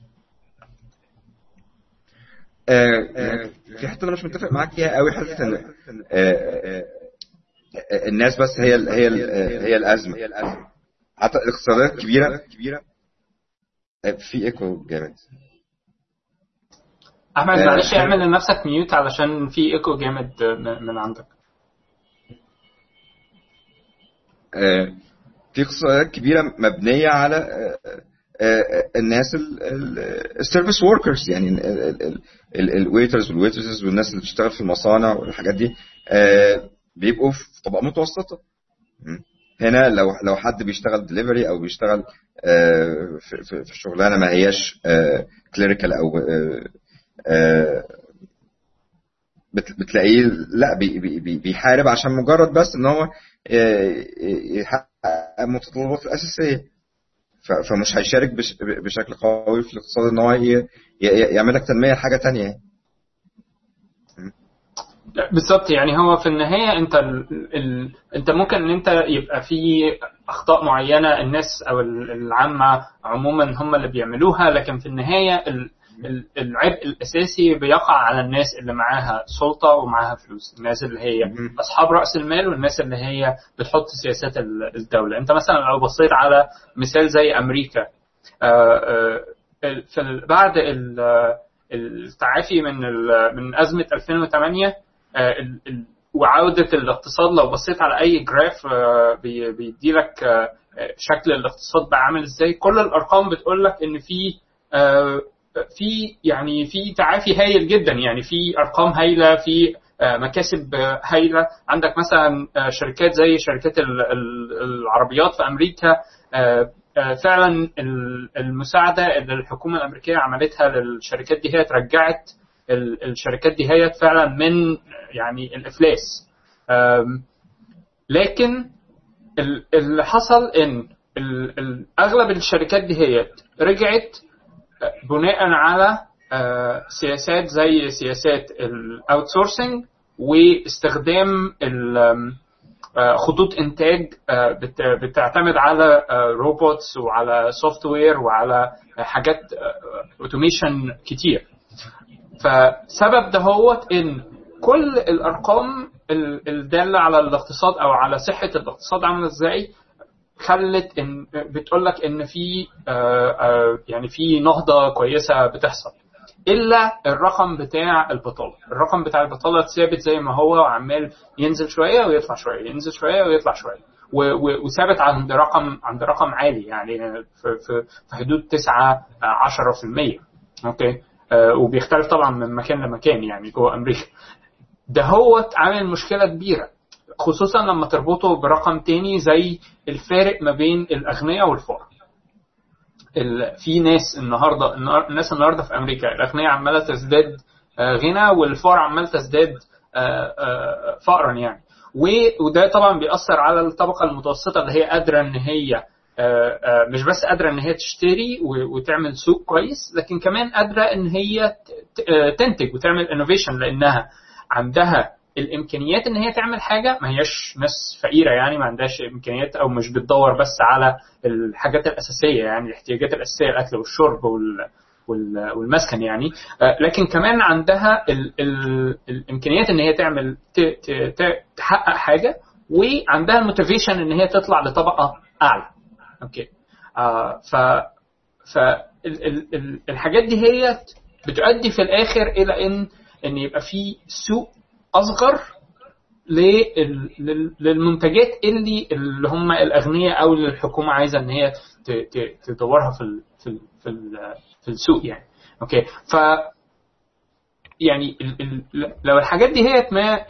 في حته انا مش متفق معاك فيها قوي، حته ان الناس بس هي الازمه. حتى الاقتصادات كبيره في ايكو جامد. احمد معلش اعمل لنفسك ميوت علشان في ايكو جامد من عندك. في اقتصادات كبيره مبنيه على الناس السيرفيس وركرز يعني، الويترز والويترز والناس اللي بتشتغل في المصانع والحاجات دي بيبقوا في طبقه متوسطه. هنا لو حد بيشتغل دليفري او بيشتغل في شغلانه ما هياش كليريكال او بتلاقيه لا بيحارب عشان مجرد بس ان هو يحقق متطلباته الاساسيه، فمش هيشارك بشكل قوي في الاقتصاد ان هو يعمل لك تنميه لحاجه تانية. بالظبط. يعني هو في النهايه انت ممكن ان انت يبقى في اخطاء معينه الناس او العامه عموما هم اللي بيعملوها، لكن في النهايه العبء الاساسي بيقع على الناس اللي معاها سلطه ومعاها فلوس، الناس اللي هي اصحاب راس المال والناس اللي هي بتحط سياسات الدوله. انت مثلا لو بصيت على مثال زي امريكا بعد التعافي من ازمه 2008 وعوده الاقتصاد، لو بصيت على اي جراف بيدي لك شكل الاقتصاد بقى عامل ازاي، كل الارقام بتقول لك ان في تعافي هايل جدا، يعني في ارقام هايله، في مكاسب هايله. عندك مثلا شركات زي شركات العربيات في امريكا، فعلا المساعده اللي الحكومه الامريكيه عملتها للشركات دي هي رجعت الشركات دي هي فعلا من يعني الافلاس. لكن اللي حصل ان اغلب الشركات دي هي رجعت بناء على سياسات زي سياسات الاوتسورسنج واستخدام خطوط انتاج بتعتمد على روبوتس وعلى سوفت وير وعلى حاجات اوتوميشن كتير. فسبب ده هو ان كل الارقام الداله على الاقتصاد او على صحه الاقتصاد عامله ازاي خلت ان بتقول لك ان في يعني في نهضه كويسه بتحصل، الا الرقم بتاع البطاله. الرقم بتاع البطاله ثابت زي ما هو، وعمال ينزل شويه ويطلع شويه، ينزل شويه ويطلع شويه، وثابت عند رقم عالي، يعني في حدود 9-10%. اوكي. وبيختلف طبعا من مكان لمكان يعني جوه امريكا. ده هو عامل مشكله كبيره، خصوصا لما تربطه برقم تاني زي الفارق ما بين الاغنياء والفقراء. في ناس النهارده في امريكا الاغنياء عماله تزداد غنى، والفقراء عماله تزداد فقرا يعني. وده طبعا بيأثر على الطبقه المتوسطه اللي هي قادره ان هي مش بس قادره ان هي تشتري وتعمل سوق كويس، لكن كمان قادره ان هي تنتج وتعمل انوفيشن، لانها عندها الامكانيات ان هي تعمل حاجه. ما هياش ناس فقيره يعني ما عندهاش امكانيات او مش بتدور بس على الحاجات الاساسيه، يعني الاحتياجات الاساسيه، الاكل والشرب والمسكن يعني، لكن كمان عندها الامكانيات ان هي تعمل تحقق حاجه، وعندها الموتيفيشن ان هي تطلع لطبقه اعلى. اوكي. الحاجات دي هي بتؤدي في الاخر الى ان يبقى في سوق اصغر للمنتجات اللي هم الاغنياء او اللي الحكومه عايزه ان هي تدورها في السوق يعني. اوكي. يعني لو الحاجات دي هي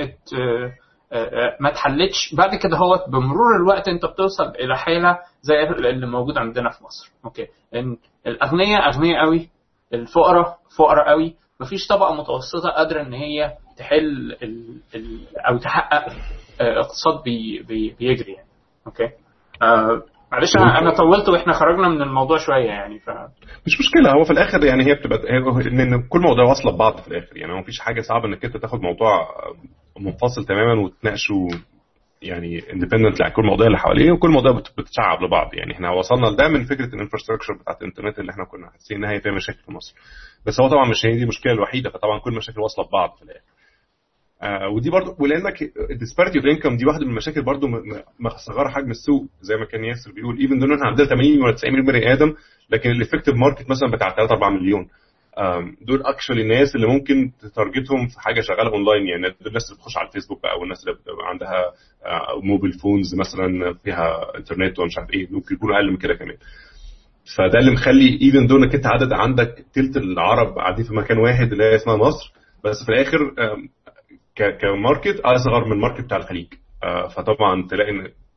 ما اتحلتش بعد كده، هو بمرور الوقت انت بتوصل الى حاله زي اللي موجود عندنا في مصر. اوكي. ان الاغنياء اغنياء قوي، الفقراء فقراء قوي، مفيش طبقه متوسطه قادره ان هي تحل او تحقق اقتصاد بيجري يعني. اوكي. معلش انا طولت واحنا خرجنا من الموضوع شويه يعني. مش مشكله. هو في الاخر يعني هي بتبقى ان كل موضوع واصله ببعض في الاخر، يعني مفيش حاجه صعبه انك انت تاخد موضوع منفصل تماما وتناقشه يعني اندبندنت عن كل المواضيع اللي حواليه، وكل موضوع بتتشعب لبعض. يعني احنا وصلنا لده من فكره الانفراستراكشر بتاعت الانترنت اللي احنا كنا حاسين انها هي فيها مشاكل في مصر، بس هو طبعا مش هي دي المشكله الوحيده، فطبعا كل المشاكل واصله ببعض في الاخر. ودي برضو، ولانك الديسباريتي اوف انكم دي واحده من المشاكل برضو مصغره حجم السوق زي ما كان ياسر بيقول. ايفن دول احنا عندنا 80 ولا 90 مليون بني ادم، لكن الافكتيف ماركت مثلا بتاع 3-4 مليون. دول اكشولي الناس اللي ممكن تتارجتهم في حاجه شغاله اونلاين، يعني دول الناس اللي بتخش على الفيسبوك بقى، والناس اللي عندها موبايل فونز مثلا فيها انترنت ومش عارف ايه، ممكن يكونوا اقل من كده كمان. فده اللي مخلي ايفن دول انك انت عندك تلت العرب قاعدين في مكان واحد اللي هي اسمها مصر، بس في الاخر كماركت اصغر من الماركت بتاع الخليج. فطبعا تلاقي ان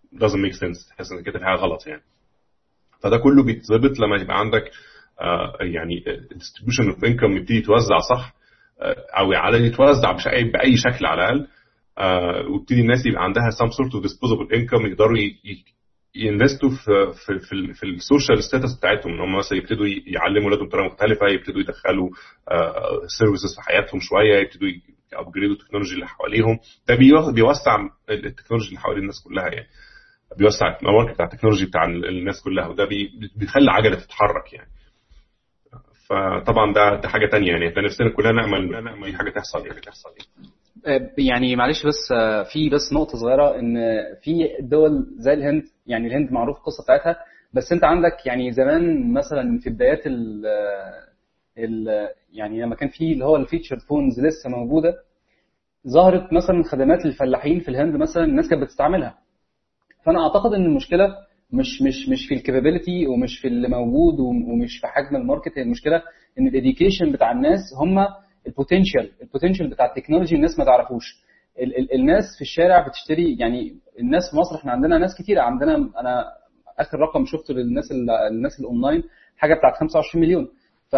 doesn't make sense، تحس ان كده في حاجه غلط يعني. فده كله بيتظبط لما يبقى عندك يعني distribution of income يبتدي يتوزع صح، او على يتوزع باي شكل على الاقل، ويبتدي الناس يبقى عندها some sort of disposable income يقدروا ينفستوا في السوشيال ستاتس بتاعتهم، ان هم مثلا يبتدوا يعلموا اولادهم بطريقه مختلفه، يبتدوا يدخلوا سيرفيسز في حياتهم شويه، يبتدوا يابجريدوا التكنولوجي اللي حواليهم. ده بيوسع التكنولوجي اللي حوالين الناس كلها يعني، بيوسع الماركت بتاع التكنولوجي بتاع الناس كلها، وده بيخلي العجله تتحرك يعني. فطبعا ده حاجه تانية يعني، احنا نفسنا كلنا نعمل اي حاجه تحصل يعني. يعني معلش بس في بس نقطه صغيره، ان في دول زي الهند، يعني الهند معروف القصه بتاعتها، بس انت عندك يعني زمان مثلا في بدايات يعني لما كان في اللي هو الفيتشر فونز لسه موجوده، ظهرت مثلا خدمات للفلاحين في الهند مثلا، الناس كانت بتستعملها. فانا اعتقد ان المشكله مش في الكابابيلتي ومش في اللي موجود ومش في حجم الماركت، هي المشكله ان الاديوكيشن بتاع الناس هم البوتنشال بتاع التكنولوجي الناس ما تعرفوش. الناس في الشارع بتشتري، يعني الناس في مصر احنا عندنا ناس كتير، عندنا انا اخر رقم شفته للناس الاونلاين حاجه بتاعت 25 مليون.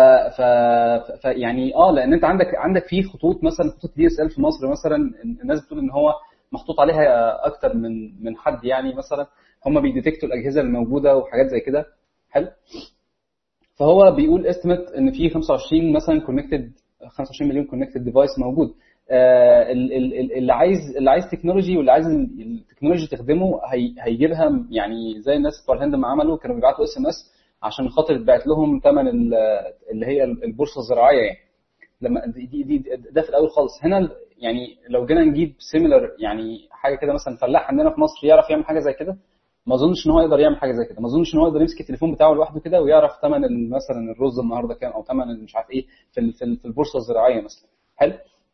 ف يعني لان انت عندك في خطوط مثلا، خطوط دي اس ال في مصر مثلا، الناس بتقول ان هو محطوط عليها اكتر من حد، يعني مثلا هم بيديتكتوا الاجهزه الموجوده وحاجات زي كده. حلو. فهو بيقول استيميت ان في 25 مثلا كونكتد، 25 مليون كونكتد ديفايس موجود. اللي عايز تكنولوجي واللي عايز التكنولوجي تخدمه هيجيبها، يعني زي الناس بتوع الهند ما عملوا، كانوا بيبعتوا اس ام اس عشان خاطر يتبعت لهم ثمن اللي هي البورصه الزراعيه يعني. لما ده في الاول خالص. هنا يعني لو جينا نجيب سيميلر يعني حاجه كده، مثلا فلاح عندنا في مصر يعرف يعمل حاجه زي كده؟ ما اظنش ان هو يقدر يعمل حاجه زي كده. ما اظنش ان هو يقدر يمسك التليفون بتاعه لوحده كده ويعرف ثمن مثلا الرز النهارده كام، او ثمن مش عارف ايه في البورصه الزراعيه مثلا. حلو.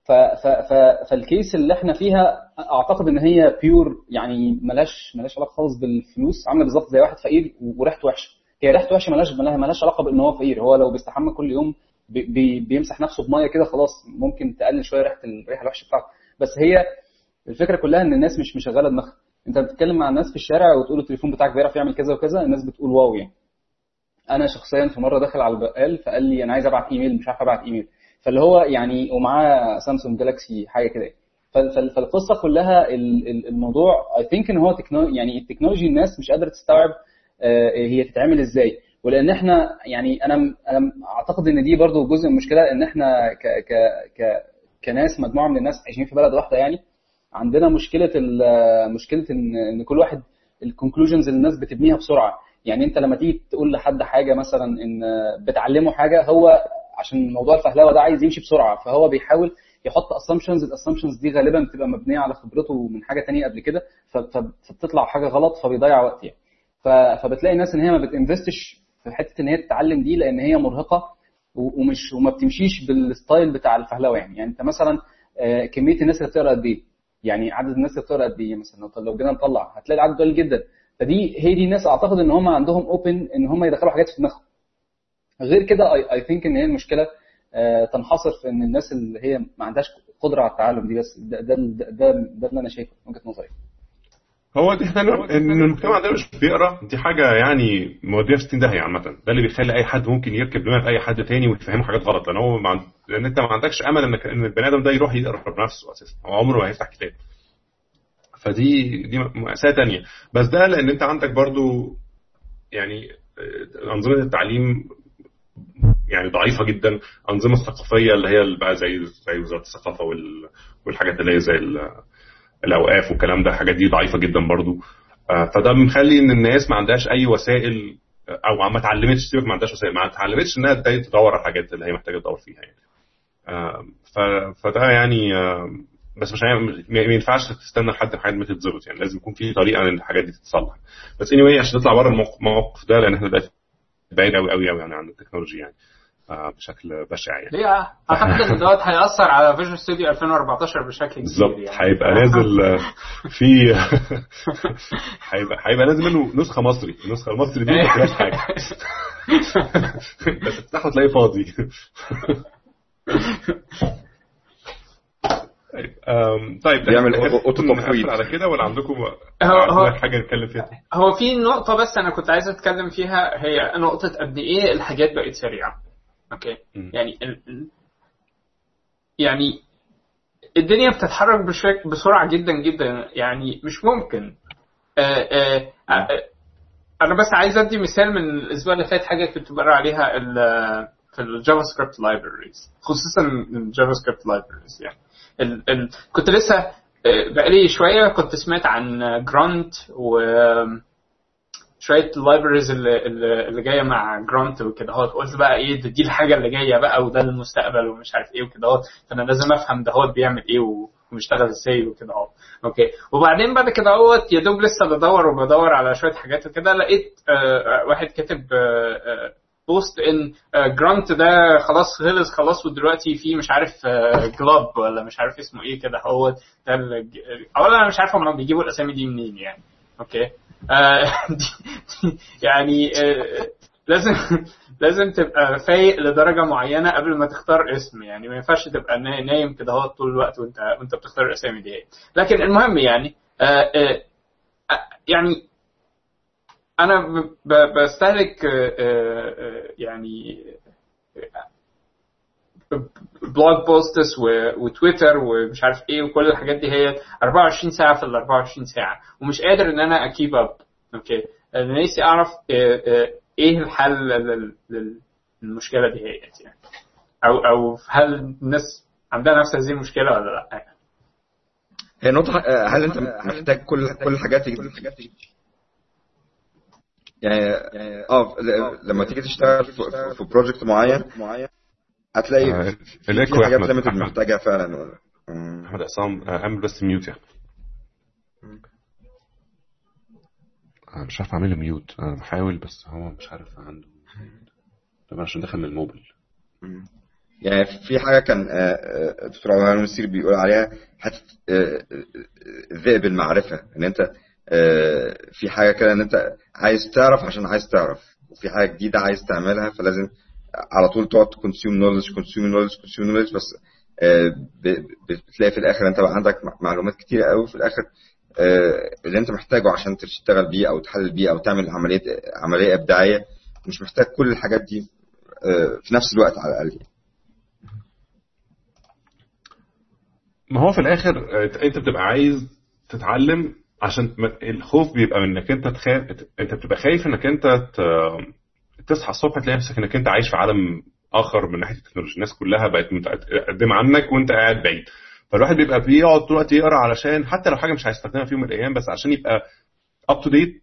فالكيس اللي احنا فيها اعتقد ان هي بيور، يعني ملاش علاقه خالص بالفلوس، عامله بالظبط زي واحد فقير وريحته وحشه. هي ريحته وحشه ملاش علاقه بان هو فقير. هو لو بيستحمى كل يوم بيمسح نفسه بميه كده خلاص ممكن تقلل شويه الريحه الوحشه بتاعته. بس هي الفكره كلها ان الناس مش مشغله دماغها. انت بتتكلم مع الناس في الشارع وتقول التليفون بتاعك بيعرف يعمل كذا وكذا، الناس بتقول واو يعني. انا شخصيا في مره داخل على البقال فقال لي انا عايز ابعت ايميل، مش عارف ابعت ايميل، فاللي هو يعني ومعاه سامسونج جالاكسي حاجه كده. فالقصه كلها الموضوع اي ثينك ان هو يعني التكنولوجي الناس مش قادره تستوعب هي تتعمل ازاي. ولان احنا يعني انا اعتقد ان دي برضو جزء من المشكله، ان احنا كناس مجموعه من الناس عايشين في بلد واحده يعني، عندنا مشكله ان كل واحد الكونكلوجنز اللي الناس بتبنيها بسرعه. يعني انت لما تيجي تقول لحد حاجه مثلا، ان بتعلمه حاجه، هو عشان موضوع الفهلوه ده عايز يمشي بسرعه، فهو بيحاول يحط الاسامبشنز دي غالبا بتبقى مبنيه على خبرته من حاجه تانية قبل كده، فبتطلع حاجه غلط فبيضيع وقت يعني. فبتلاقي الناس ان هي ما بتنفستش في حته ان هي تتعلم دي، لان هي مرهقه وما بتمشيش بالستايل بتاع الفهلوه يعني. انت مثلا كميه الناس اللي بتقرا قد ايه، يعني عدد الناس اللي بتقرا قد ايه مثلا، لو جينا نطلع هتلاقي العدد قليل جدا. فدي الناس اعتقد ان هم عندهم اوبن ان هم يدخلوا حاجات في دماغهم. غير كده اي ثينك ان هي المشكله تنحصر في ان الناس اللي هي ما عندهاش قدره على التعلم دي بس. ده اللي انا شايفه من وجهه نظري. هو دي ان المجتمع عندنا مش بيقرا، دي حاجه يعني موديه في 60 داهيه عامه. ده اللي بيخلي اي حد ممكن يركب دماغ اي حد تاني ويفهمه حاجات غلط، لان انت ما عندكش امل ان البني ادم ده يروح يقرا بنفسه اساسا، هو عمره ما هيفتح كتاب. فدي مأساة تانية. بس ده لان انت عندك برضو يعني انظمه التعليم يعني ضعيفه جدا. انظمه الثقافيه اللي هي بقى زي وزاره الثقافه والحاجات اللي هي زي الاوقاف والكلام ده، الحاجات دي ضعيفه جدا برضو. فده مخلي ان الناس ما عندهاش اي وسائل، او ما اتعلمتش، ما عندهاش وسائل، ما اتعلمتش انها تدور على الحاجات اللي هي محتاجه تدور فيها يعني. فده يعني بس مش ما ينفعش تستنى لحد الحاجات ما تتظبط يعني، لازم يكون في طريقه ان الحاجات دي تتصلح. بس anyway عشان نطلع بره الموقف ده، لان احنا دلوقتي بعيد قوي يعني عن التكنولوجيا يعني بشكل بشع يعني. اعتقد ان دوت هيأثر على فيجوال ستوديو 2014 بشكل كبير بالظبط يعني. هيبقى نازل في هيبقى نازل منه نسخه مصري. النسخه المصري دي ما فيهاش حاجه بس تفتحه تلاقيه فاضي. طيب بيعمل اوتو تفويض على كده ولا عندكم حاجه نتكلم فيها؟ هو في نقطه بس انا كنت عايز اتكلم فيها، هي نقطه قد ايه الحاجات بقت سريعه. اوكي يعني الدنيا بتتحرك بسرعه جدا جدا، يعني مش ممكن. انا بس عايز ادي مثال من الاسبوع اللي فات، حاجه كنت بقرا عليها في الجافا سكريبت لايبريز، خصوصا الجافا سكريبت لايبريز. يعني كنت لسه بقالي شويه كنت سمعت عن جرانت وشويه اللايبريز اللي جايه مع جرانت وكده، قلت بقى ايه دي الحاجه اللي جايه بقى، وده المستقبل ومش عارف ايه وكده، فانا لازم افهم ده بيعمل ايه وبيشتغل ازاي وكده. اوكي. وبعدين بعد كده يا دوب لسه بدور على شويه حاجات وكده، لقيت واحد كاتب بوست ان جرانت ده خلاص ودلوقتي في مش عارف جلوب ولا مش عارف اسمه ايه كده، ده اولا انا مش عارف هم بيجيبوا الاسامي دي منين يعني. اوكي. يعني لازم تبقى فايق لدرجه معينه قبل ما تختار اسم، يعني ما ينفعش تبقى نايم كده طول الوقت وانت بتختار الاسامي دي. لكن المهم يعني يعني انا بستهلك يعني بلوج بوستس وتويتر ومش عارف ايه وكل الحاجات دي، هي 24 ساعه في ال 24 ساعه، ومش قادر ان انا اكيب اب. اوكي. انا نفسي اعرف ايه الحل للمشكله دي يعني، او هل الناس عندها نفس هذه المشكله ولا لا؟ هي نقطه، هل انت محتاج كل الحاجات يعني لما تيجي تشتغل في بروجكت معين هتلاقي في حاجات ليميتد محتاجها فعلا. احمد عصام اعمل بس ميوت يعني. انا مش عارف اعمل له ميوت، انا بحاول بس هو مش عارف عنده، طبعا عشان دخل من الموبل. يعني في حاجه كان دكتور عمر المسير بيقول عليها ذئب المعرفه، ان انت في حاجه كده ان انت عايز تعرف عشان عايز تعرف، وفي حاجه جديده عايز تعملها، فلازم على طول تقعد كونسيوم نوليدج بس بتلاقي في الاخر انت بقى عندك معلومات كتيره قوي في الاخر اللي انت محتاجه عشان تشتغل بيه او تحلل بيه او تعمل عمليه ابداعيه، مش محتاج كل الحاجات دي في نفس الوقت على الاقل. ما هو في الاخر انت بتبقى عايز تتعلم، عشان الخوف بيبقى من انك انت تخاف، انت بتبقى خايف انك انت تصحى الصبح تلاقي نفسك انك انت عايش في عالم اخر من ناحيه التكنولوجيا، الناس كلها بقت متقدمه عنك وانت قاعد بعيد. فالواحد بيبقى بيقعد طول الوقت يقرا علشان حتى لو حاجه مش هيستخدمها في يوم من الايام، بس عشان يبقى اب تو ديت،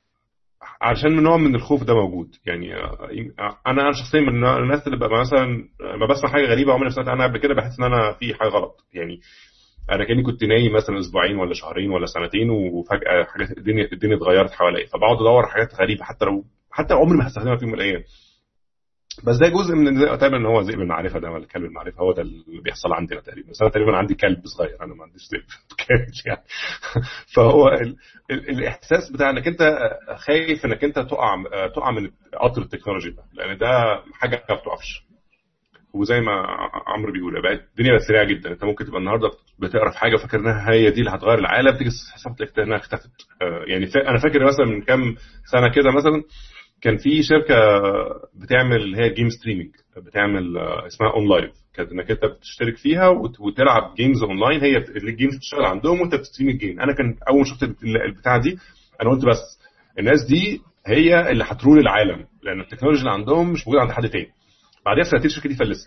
عشان نوع من الخوف ده موجود. يعني انا شخصيا من الناس اللي بقى مثلا ما بسمع حاجه غريبه عمري ما سمعت عنها قبل كده بحس ان انا في حاجه غلط. يعني انا كاني كنت نايم مثلا اسبوعين ولا شهرين ولا سنتين، وفجاه حاجات الدنيا اتغيرت حواليا، فبقعد ادور حاجات غريبه حتى عمري ما هستخدمها في يوم من الايام. بس ده جزء من تقريبا ان هو ذئب المعرفه ده ولا كلب المعرفه، هو ده اللي بيحصل عندنا تقريبا. بس انا تقريبا عندي كلب صغير، انا ما عنديش ذئب يعني. فهو الاحساس بتاع انك انت خايف انك انت تقع من قطر التكنولوجي ده، لان ده حاجه ما بتقفش. وزي ما عمرو بيقول بقت الدنيا سريعه جدا، انت ممكن تبقى النهارده بتقرا في حاجه فاكر انها هي دي اللي هتغير العالم، تيجي حسابك تلاقي انها اختفت. يعني انا فاكر مثلا من كام سنه كده مثلا كان في شركه بتعمل اللي هي جيم ستريمينج، بتعمل اسمها اون لايف، كانت انك انت بتشترك فيها وتلعب جيمز اونلاين، هي الجيمز بتشتغل عندهم وانت بتستريم الجيم. انا كان اول ما شفت البتاعه دي انا قلت بس الناس دي هي اللي هترول العالم، لان التكنولوجيا اللي عندهم مش موجوده عند حد تاني. بعدها سنتين الشركه دي فلست.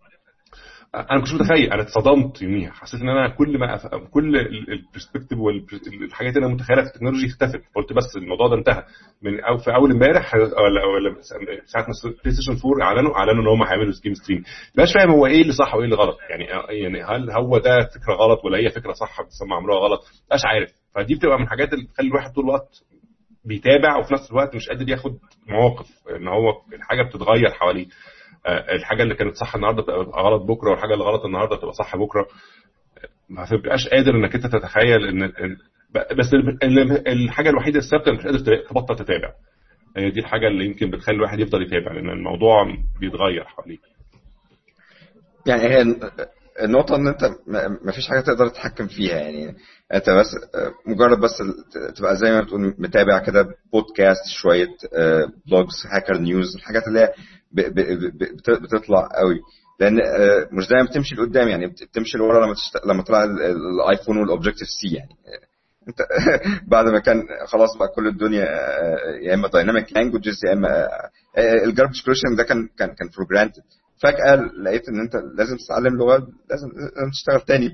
انا ما كنتش متخيل، انا اتصدمت يوميها، حسيت ان انا كل البرسبكتيف والحاجات اللي انا متخيلها في التكنولوجيا اختفت. قلت بس الموضوع ده انتهى في اول امبارح ولا ساعه ما بلاي ستيشن 4 اعلنوا ان هم هيعملوا جيم ستريم. مش فاهم هو ايه اللي صح وايه اللي غلط، يعني هل هو ده فكره غلط ولا هي فكره صح بس هم عملوها غلط، مش عارف. فدي بتبقى من الحاجات اللي بتخلي الواحد طول الوقت بيتابع وفي نفس الوقت مش قادر ياخد مواقف، ان هو الحاجه بتتغير حواليه. الحاجه اللي كانت صح النهارده تبقى غلط بكره، والحاجه اللي غلط النهارده تبقى صح بكره. ما تبقاش قادر انك انت تتخيل ان بس الحاجه الوحيده الثابته انك مش قادر تبطل تتابع. هي دي الحاجه اللي يمكن بتخلي الواحد يفضل يتابع، لان الموضوع بيتغير حواليه. يعني هي النقطة ان انت ما فيش حاجة تقدر تتحكم فيها، يعني انت بس مجرد بس تبقى زي ما بتقول متابع كده بودكاست، شوية بلوجز، هاكر نيوز، الحاجات اللي هي بتطلع قوي، لان مش دايما بتمشي لقدام، يعني بتمشي لورا لما طلع الايفون والاوبجكتيف سي، يعني انت بعد ما كان خلاص بقى كل الدنيا يا اما دايناميك لانجويجز يا اما الجاربج كولكشن ده كان فور جرانتد. فجأة لقيت ان انت لازم تتعلم لغة، لازم تشتغل تاني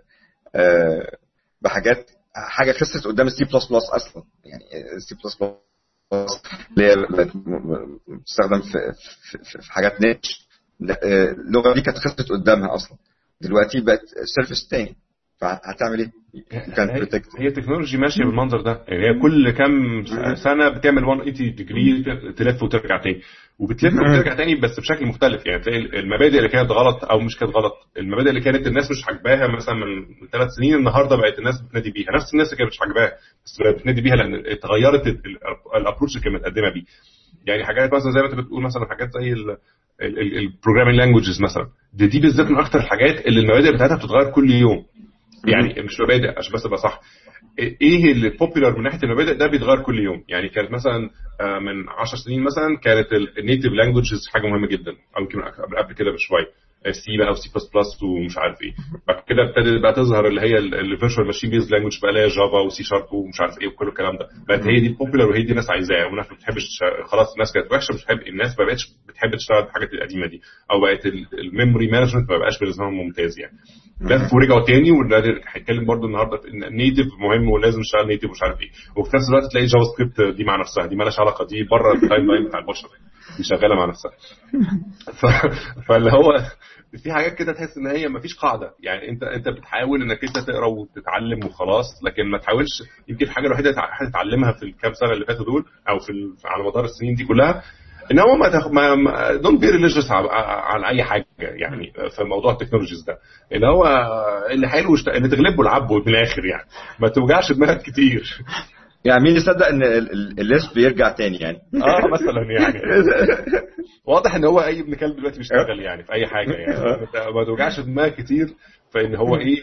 بحاجات، حاجة خسرت قدام السي بلس بلس اصلا، يعني السي بلس بلس اللي هي بتستخدم في حاجات نيتش، اللغة دي كانت خسرت قدامها اصلا، دلوقتي بقت سيرفيس تاني، فهتعمل ايه؟ هي التكنولوجي ماشيه بالمنظر ده، يعني هي كل كام سنه بتعمل 180 ديجري، تلف وترجع تاني، وبتلف وترجع تاني بس بشكل مختلف. يعني تلاقي المبادئ اللي كانت غلط او مش كانت غلط، المبادئ اللي كانت الناس مش عاجباها مثلا من 3 سنين، النهارده بقت الناس بتنادي بيها، نفس الناس اللي كانت مش عاجباها بس بقت بتنادي بيها لان اتغيرت الابروتش اللي كانت متقدمه بيه. يعني حاجات مثلا زي ما انت بتقول، مثلا حاجات زي البروجرامينج لانجويجز مثلا، دي بالذات من اكتر الحاجات اللي المبادئ بتاعتها بتتغير كل يوم. يعني مش مبادئ عشان بس ابقى صح، ايه اللي بوبيلر من ناحيه المبادئ ده بيتغير كل يوم. يعني كانت مثلا من 10 سنين مثلا كانت النيتيف لانجويجز حاجه مهمه جدا، او يمكن قبل كده بشويه سي بقى وسي بلس بلس ومش عارف ايه. بعد كده ابتدت بقى تظهر اللي هي الفيرتشوال ماشين بيز لانجويج بقى، اللي هي جافا وسي شارب ومش عارف ايه وكل الكلام ده، بقت هي دي البوبيلر وهي دي الناس عايزاها. والناس ما بتحبش، خلاص الناس كانت وحشه، مش الناس ما بقتش بتحب تشتغل بالحاجات القديمه دي، او بقت الميموري مانجمنت ما بقاش بالنسبه لهم ممتاز يعني. بس ورجعوا تاني، والنادر هيتكلم برضو النهارده ان النيتيف مهم ولازم نشتغل نيتيف ومش عارف ايه، وفي نفس الوقت تلاقي جافا سكريبت دي مع نفسها، دي مالهاش علاقه، دي بره التايم لاين بتاع البشر، دي شغاله مع نفسها. فاللي هو في حاجات كده تحس ان هي مفيش قاعده، يعني انت بتحاول انك انت تقرا وتتعلم وخلاص، لكن ما تحاولش. يمكن الحاجه الوحيده هتتعلمها في الكام سنه اللي فاتوا دول، او على مدار السنين دي كلها، ان هو ما دون بي ريليجيوس على اي حاجه، يعني في موضوع التكنولوجيز ده، اللي هو اللي حلو ان تغلبه العبه من الاخر، يعني ما توجعش دماغك كتير. يعني مين يصدق ان الليست بيرجع تاني يعني؟ مثلا يعني واضح ان هو اي ابن كلب دلوقتي بيشتغل يعني في اي حاجه، يعني ما توجعش دماغك كتير، فان هو ايه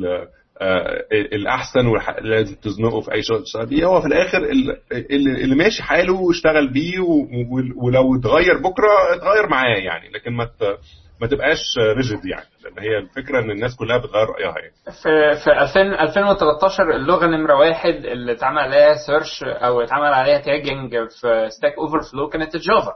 الاحسن ولازم تزنقه في اي شغل تشتغل بيه. هو في الاخر اللي ماشي حاله اشتغل بيه، ولو اتغير بكره اتغير معاه يعني، لكن ما تبقاش ريجيد يعني، لان هي الفكره ان الناس كلها بتغير رايها يعني. في 2013 اللغه نمره 1 اللي اتعمل عليها سيرش او اتعمل عليها تاجنج في ستاك اوفر فلو كانت الجافا.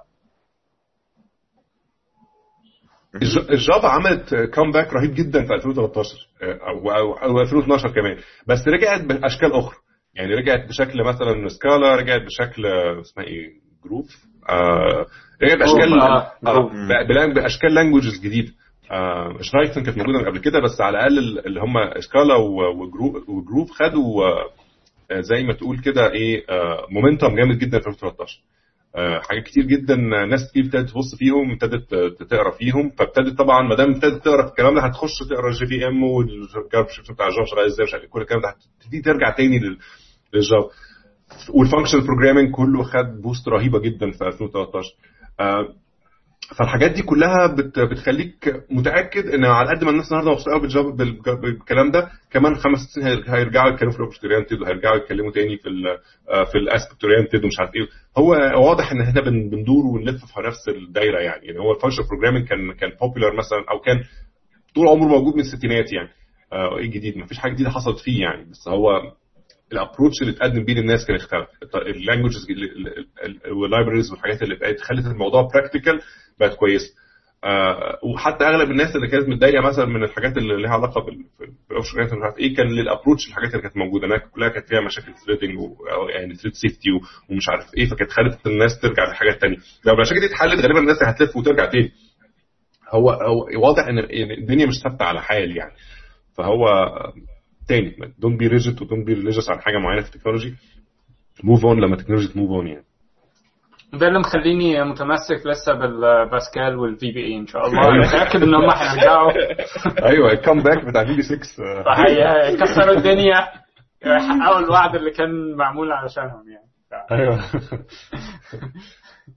الجافا عملت كامباك رهيب جدا في 2013 او 2012 كمان، بس رجعت باشكال اخرى. يعني رجعت بشكل مثلا سكالا، رجعت بشكل اسمها ايه جروف، رجعت باشكال لانجويجز جديده. شرايتن كانت موجوده من قبل كده، بس على الاقل اللي هم سكالا وجروف خدوا زي ما تقول كده ايه مومنتم جامد جدا في 2013. حاجات كتير جدا ناس كتير ابتدت تبص فيهم، ابتدت تقرا فيهم، فابتدت طبعا ما دام ابتدت تقرا في الكلام ده هتخش تقرا جي في ام والجافا بتاع جافا شغال ازاي، مش عارف كل الكلام ده هتبتدي ترجع تاني للجافا. والفانكشنال بروجرامينج كله خد بوست رهيبه جدا في 2013. فالحاجات دي كلها بتخليك متاكد ان على قد ما الناس النهارده مبسوطه بالجافا بالكلام ده، كمان 5 سنين هيرجعوا يتكلموا في الاوبجكت اورينتد، وهيرجعوا يتكلموا تاني في الاسبكت اورينتد ومش عارف ايه. هو واضح ان احنا بندور ونلف في نفس الدايره يعني هو الفانكشن بروجرامينج كان بوبيلر مثلا، او كان طول عمره موجود من الستينات يعني. ايه جديد؟ مفيش حاجه جديده حصلت فيه يعني، بس هو الابروتش اللي اتقدم بيه للناس كان اختلف. اللانجويجز واللايبريز والحاجات اللي بقت خلت الموضوع براكتيكال بقت كويسه. وحتى اغلب الناس اللي كانت متضايقه مثلا من الحاجات اللي لها علاقه بالاوبشن مش عارف ايه، كان للابروتش الحاجات اللي كانت موجوده هناك كلها كانت فيها مشاكل ثريدنج يعني ثريد سيفتي ومش عارف ايه، فكانت خلت الناس ترجع لحاجات ثانيه. لو المشاكل دي اتحلت غالبا الناس هتلف وترجع تاني. هو واضح ان الدنيا مش ثابته على حال يعني. فهو تاني don't be rigid و don't be religious عن حاجه معينه في التكنولوجي. move on لما التكنولوجي move on يعني. ده اللي مخليني متمسك لسه بالباسكال والفي بي اي ان شاء الله. انا متاكد ان هم هيرجعوا. ايوه الكام باك بتاع في بي 6 هيكسروا الدنيا، يحققوا الوعد اللي كان معمول علشانهم يعني. ايوه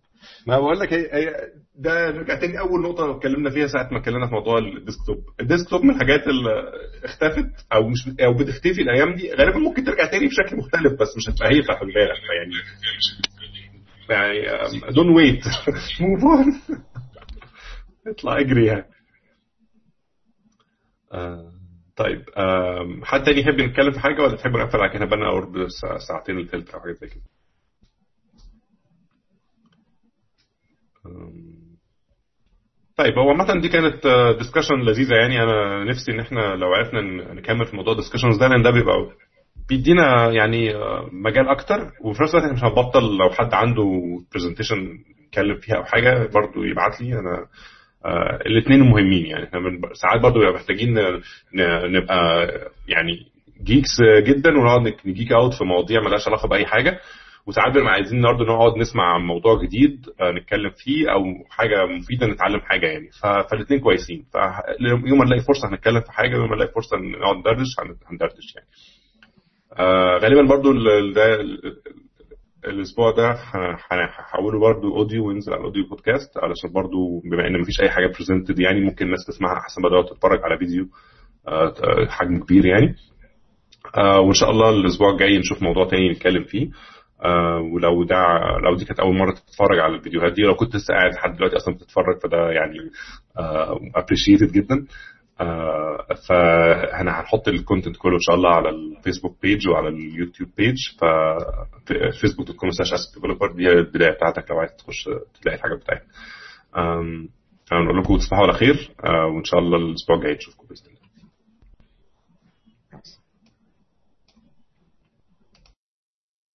ما بقول لك هي ده نرجع تاني اول نقطه اتكلمنا فيها ساعه ما اتكلمنا في موضوع الديسكتوب من الحاجات اللي اختفت او مش او بتختفي الايام دي، غالبا ممكن ترجع تاني بشكل مختلف بس مش هتبقى هي بتاعت امبارح يعني دون ويت موف اون اطلع اجري يعني. طيب حد تاني يحب نتكلم في حاجه ولا تحب نقفل على كده بقى اور ساعتين الثلث او حاجه زي كده؟ طيب هو مثلا دي كانت ديسكشن لذيذه يعني. انا نفسي ان احنا لو عرفنا نكمل في موضوع الديسكشنز ده، لان ده بيبقى بيدينا يعني مجال اكتر، وفي نفس الوقت احنا مش هنبطل. لو حد عنده برزنتيشن يتكلم فيها او حاجه برضو يبعت لي انا. الاثنين مهمين يعني. احنا ساعات برضو بيبقى محتاجين نبقى يعني جيكس جدا ونقعد نجيك اوت في مواضيع مالهاش علاقه باي حاجه، وساعات بنبقى عايزين النهارده نقعد نسمع عن موضوع جديد نتكلم فيه او حاجه مفيده نتعلم حاجه يعني. فالاثنين كويسين. فيوم ما نلاقي فرصه هنتكلم في حاجه، يوم ما نلاقي فرصه نقعد ندردش هندردش يعني. غالبا برضو الاسبوع ده هحوله برضو اوديو وينزل على الاوديو بودكاست، علشان برضو بما ان مفيش اي حاجه بريزنتد يعني ممكن الناس تسمعها احسن بدل تتفرج على فيديو حجم كبير يعني. وان شاء الله الاسبوع الجاي نشوف موضوع تاني نتكلم فيه. ولو دي كانت اول مره تتفرج على الفيديوهات دي، لو كنت لسه قاعد لحد دلوقتي اصلا بتتفرج فده يعني appreciated جدا. فانا هنحط الكونتنت كله ان شاء الله على الفيسبوك بيج وعلى اليوتيوب بيج. facebook.com/assetdeveloper دي البدايه بتاعتك لو عايز تخش تلاقي الحاجات بتاعتك. هنقول لكم تصبحوا على خير، وان شاء الله الاسبوع الجاي نشوفكم باذن الله.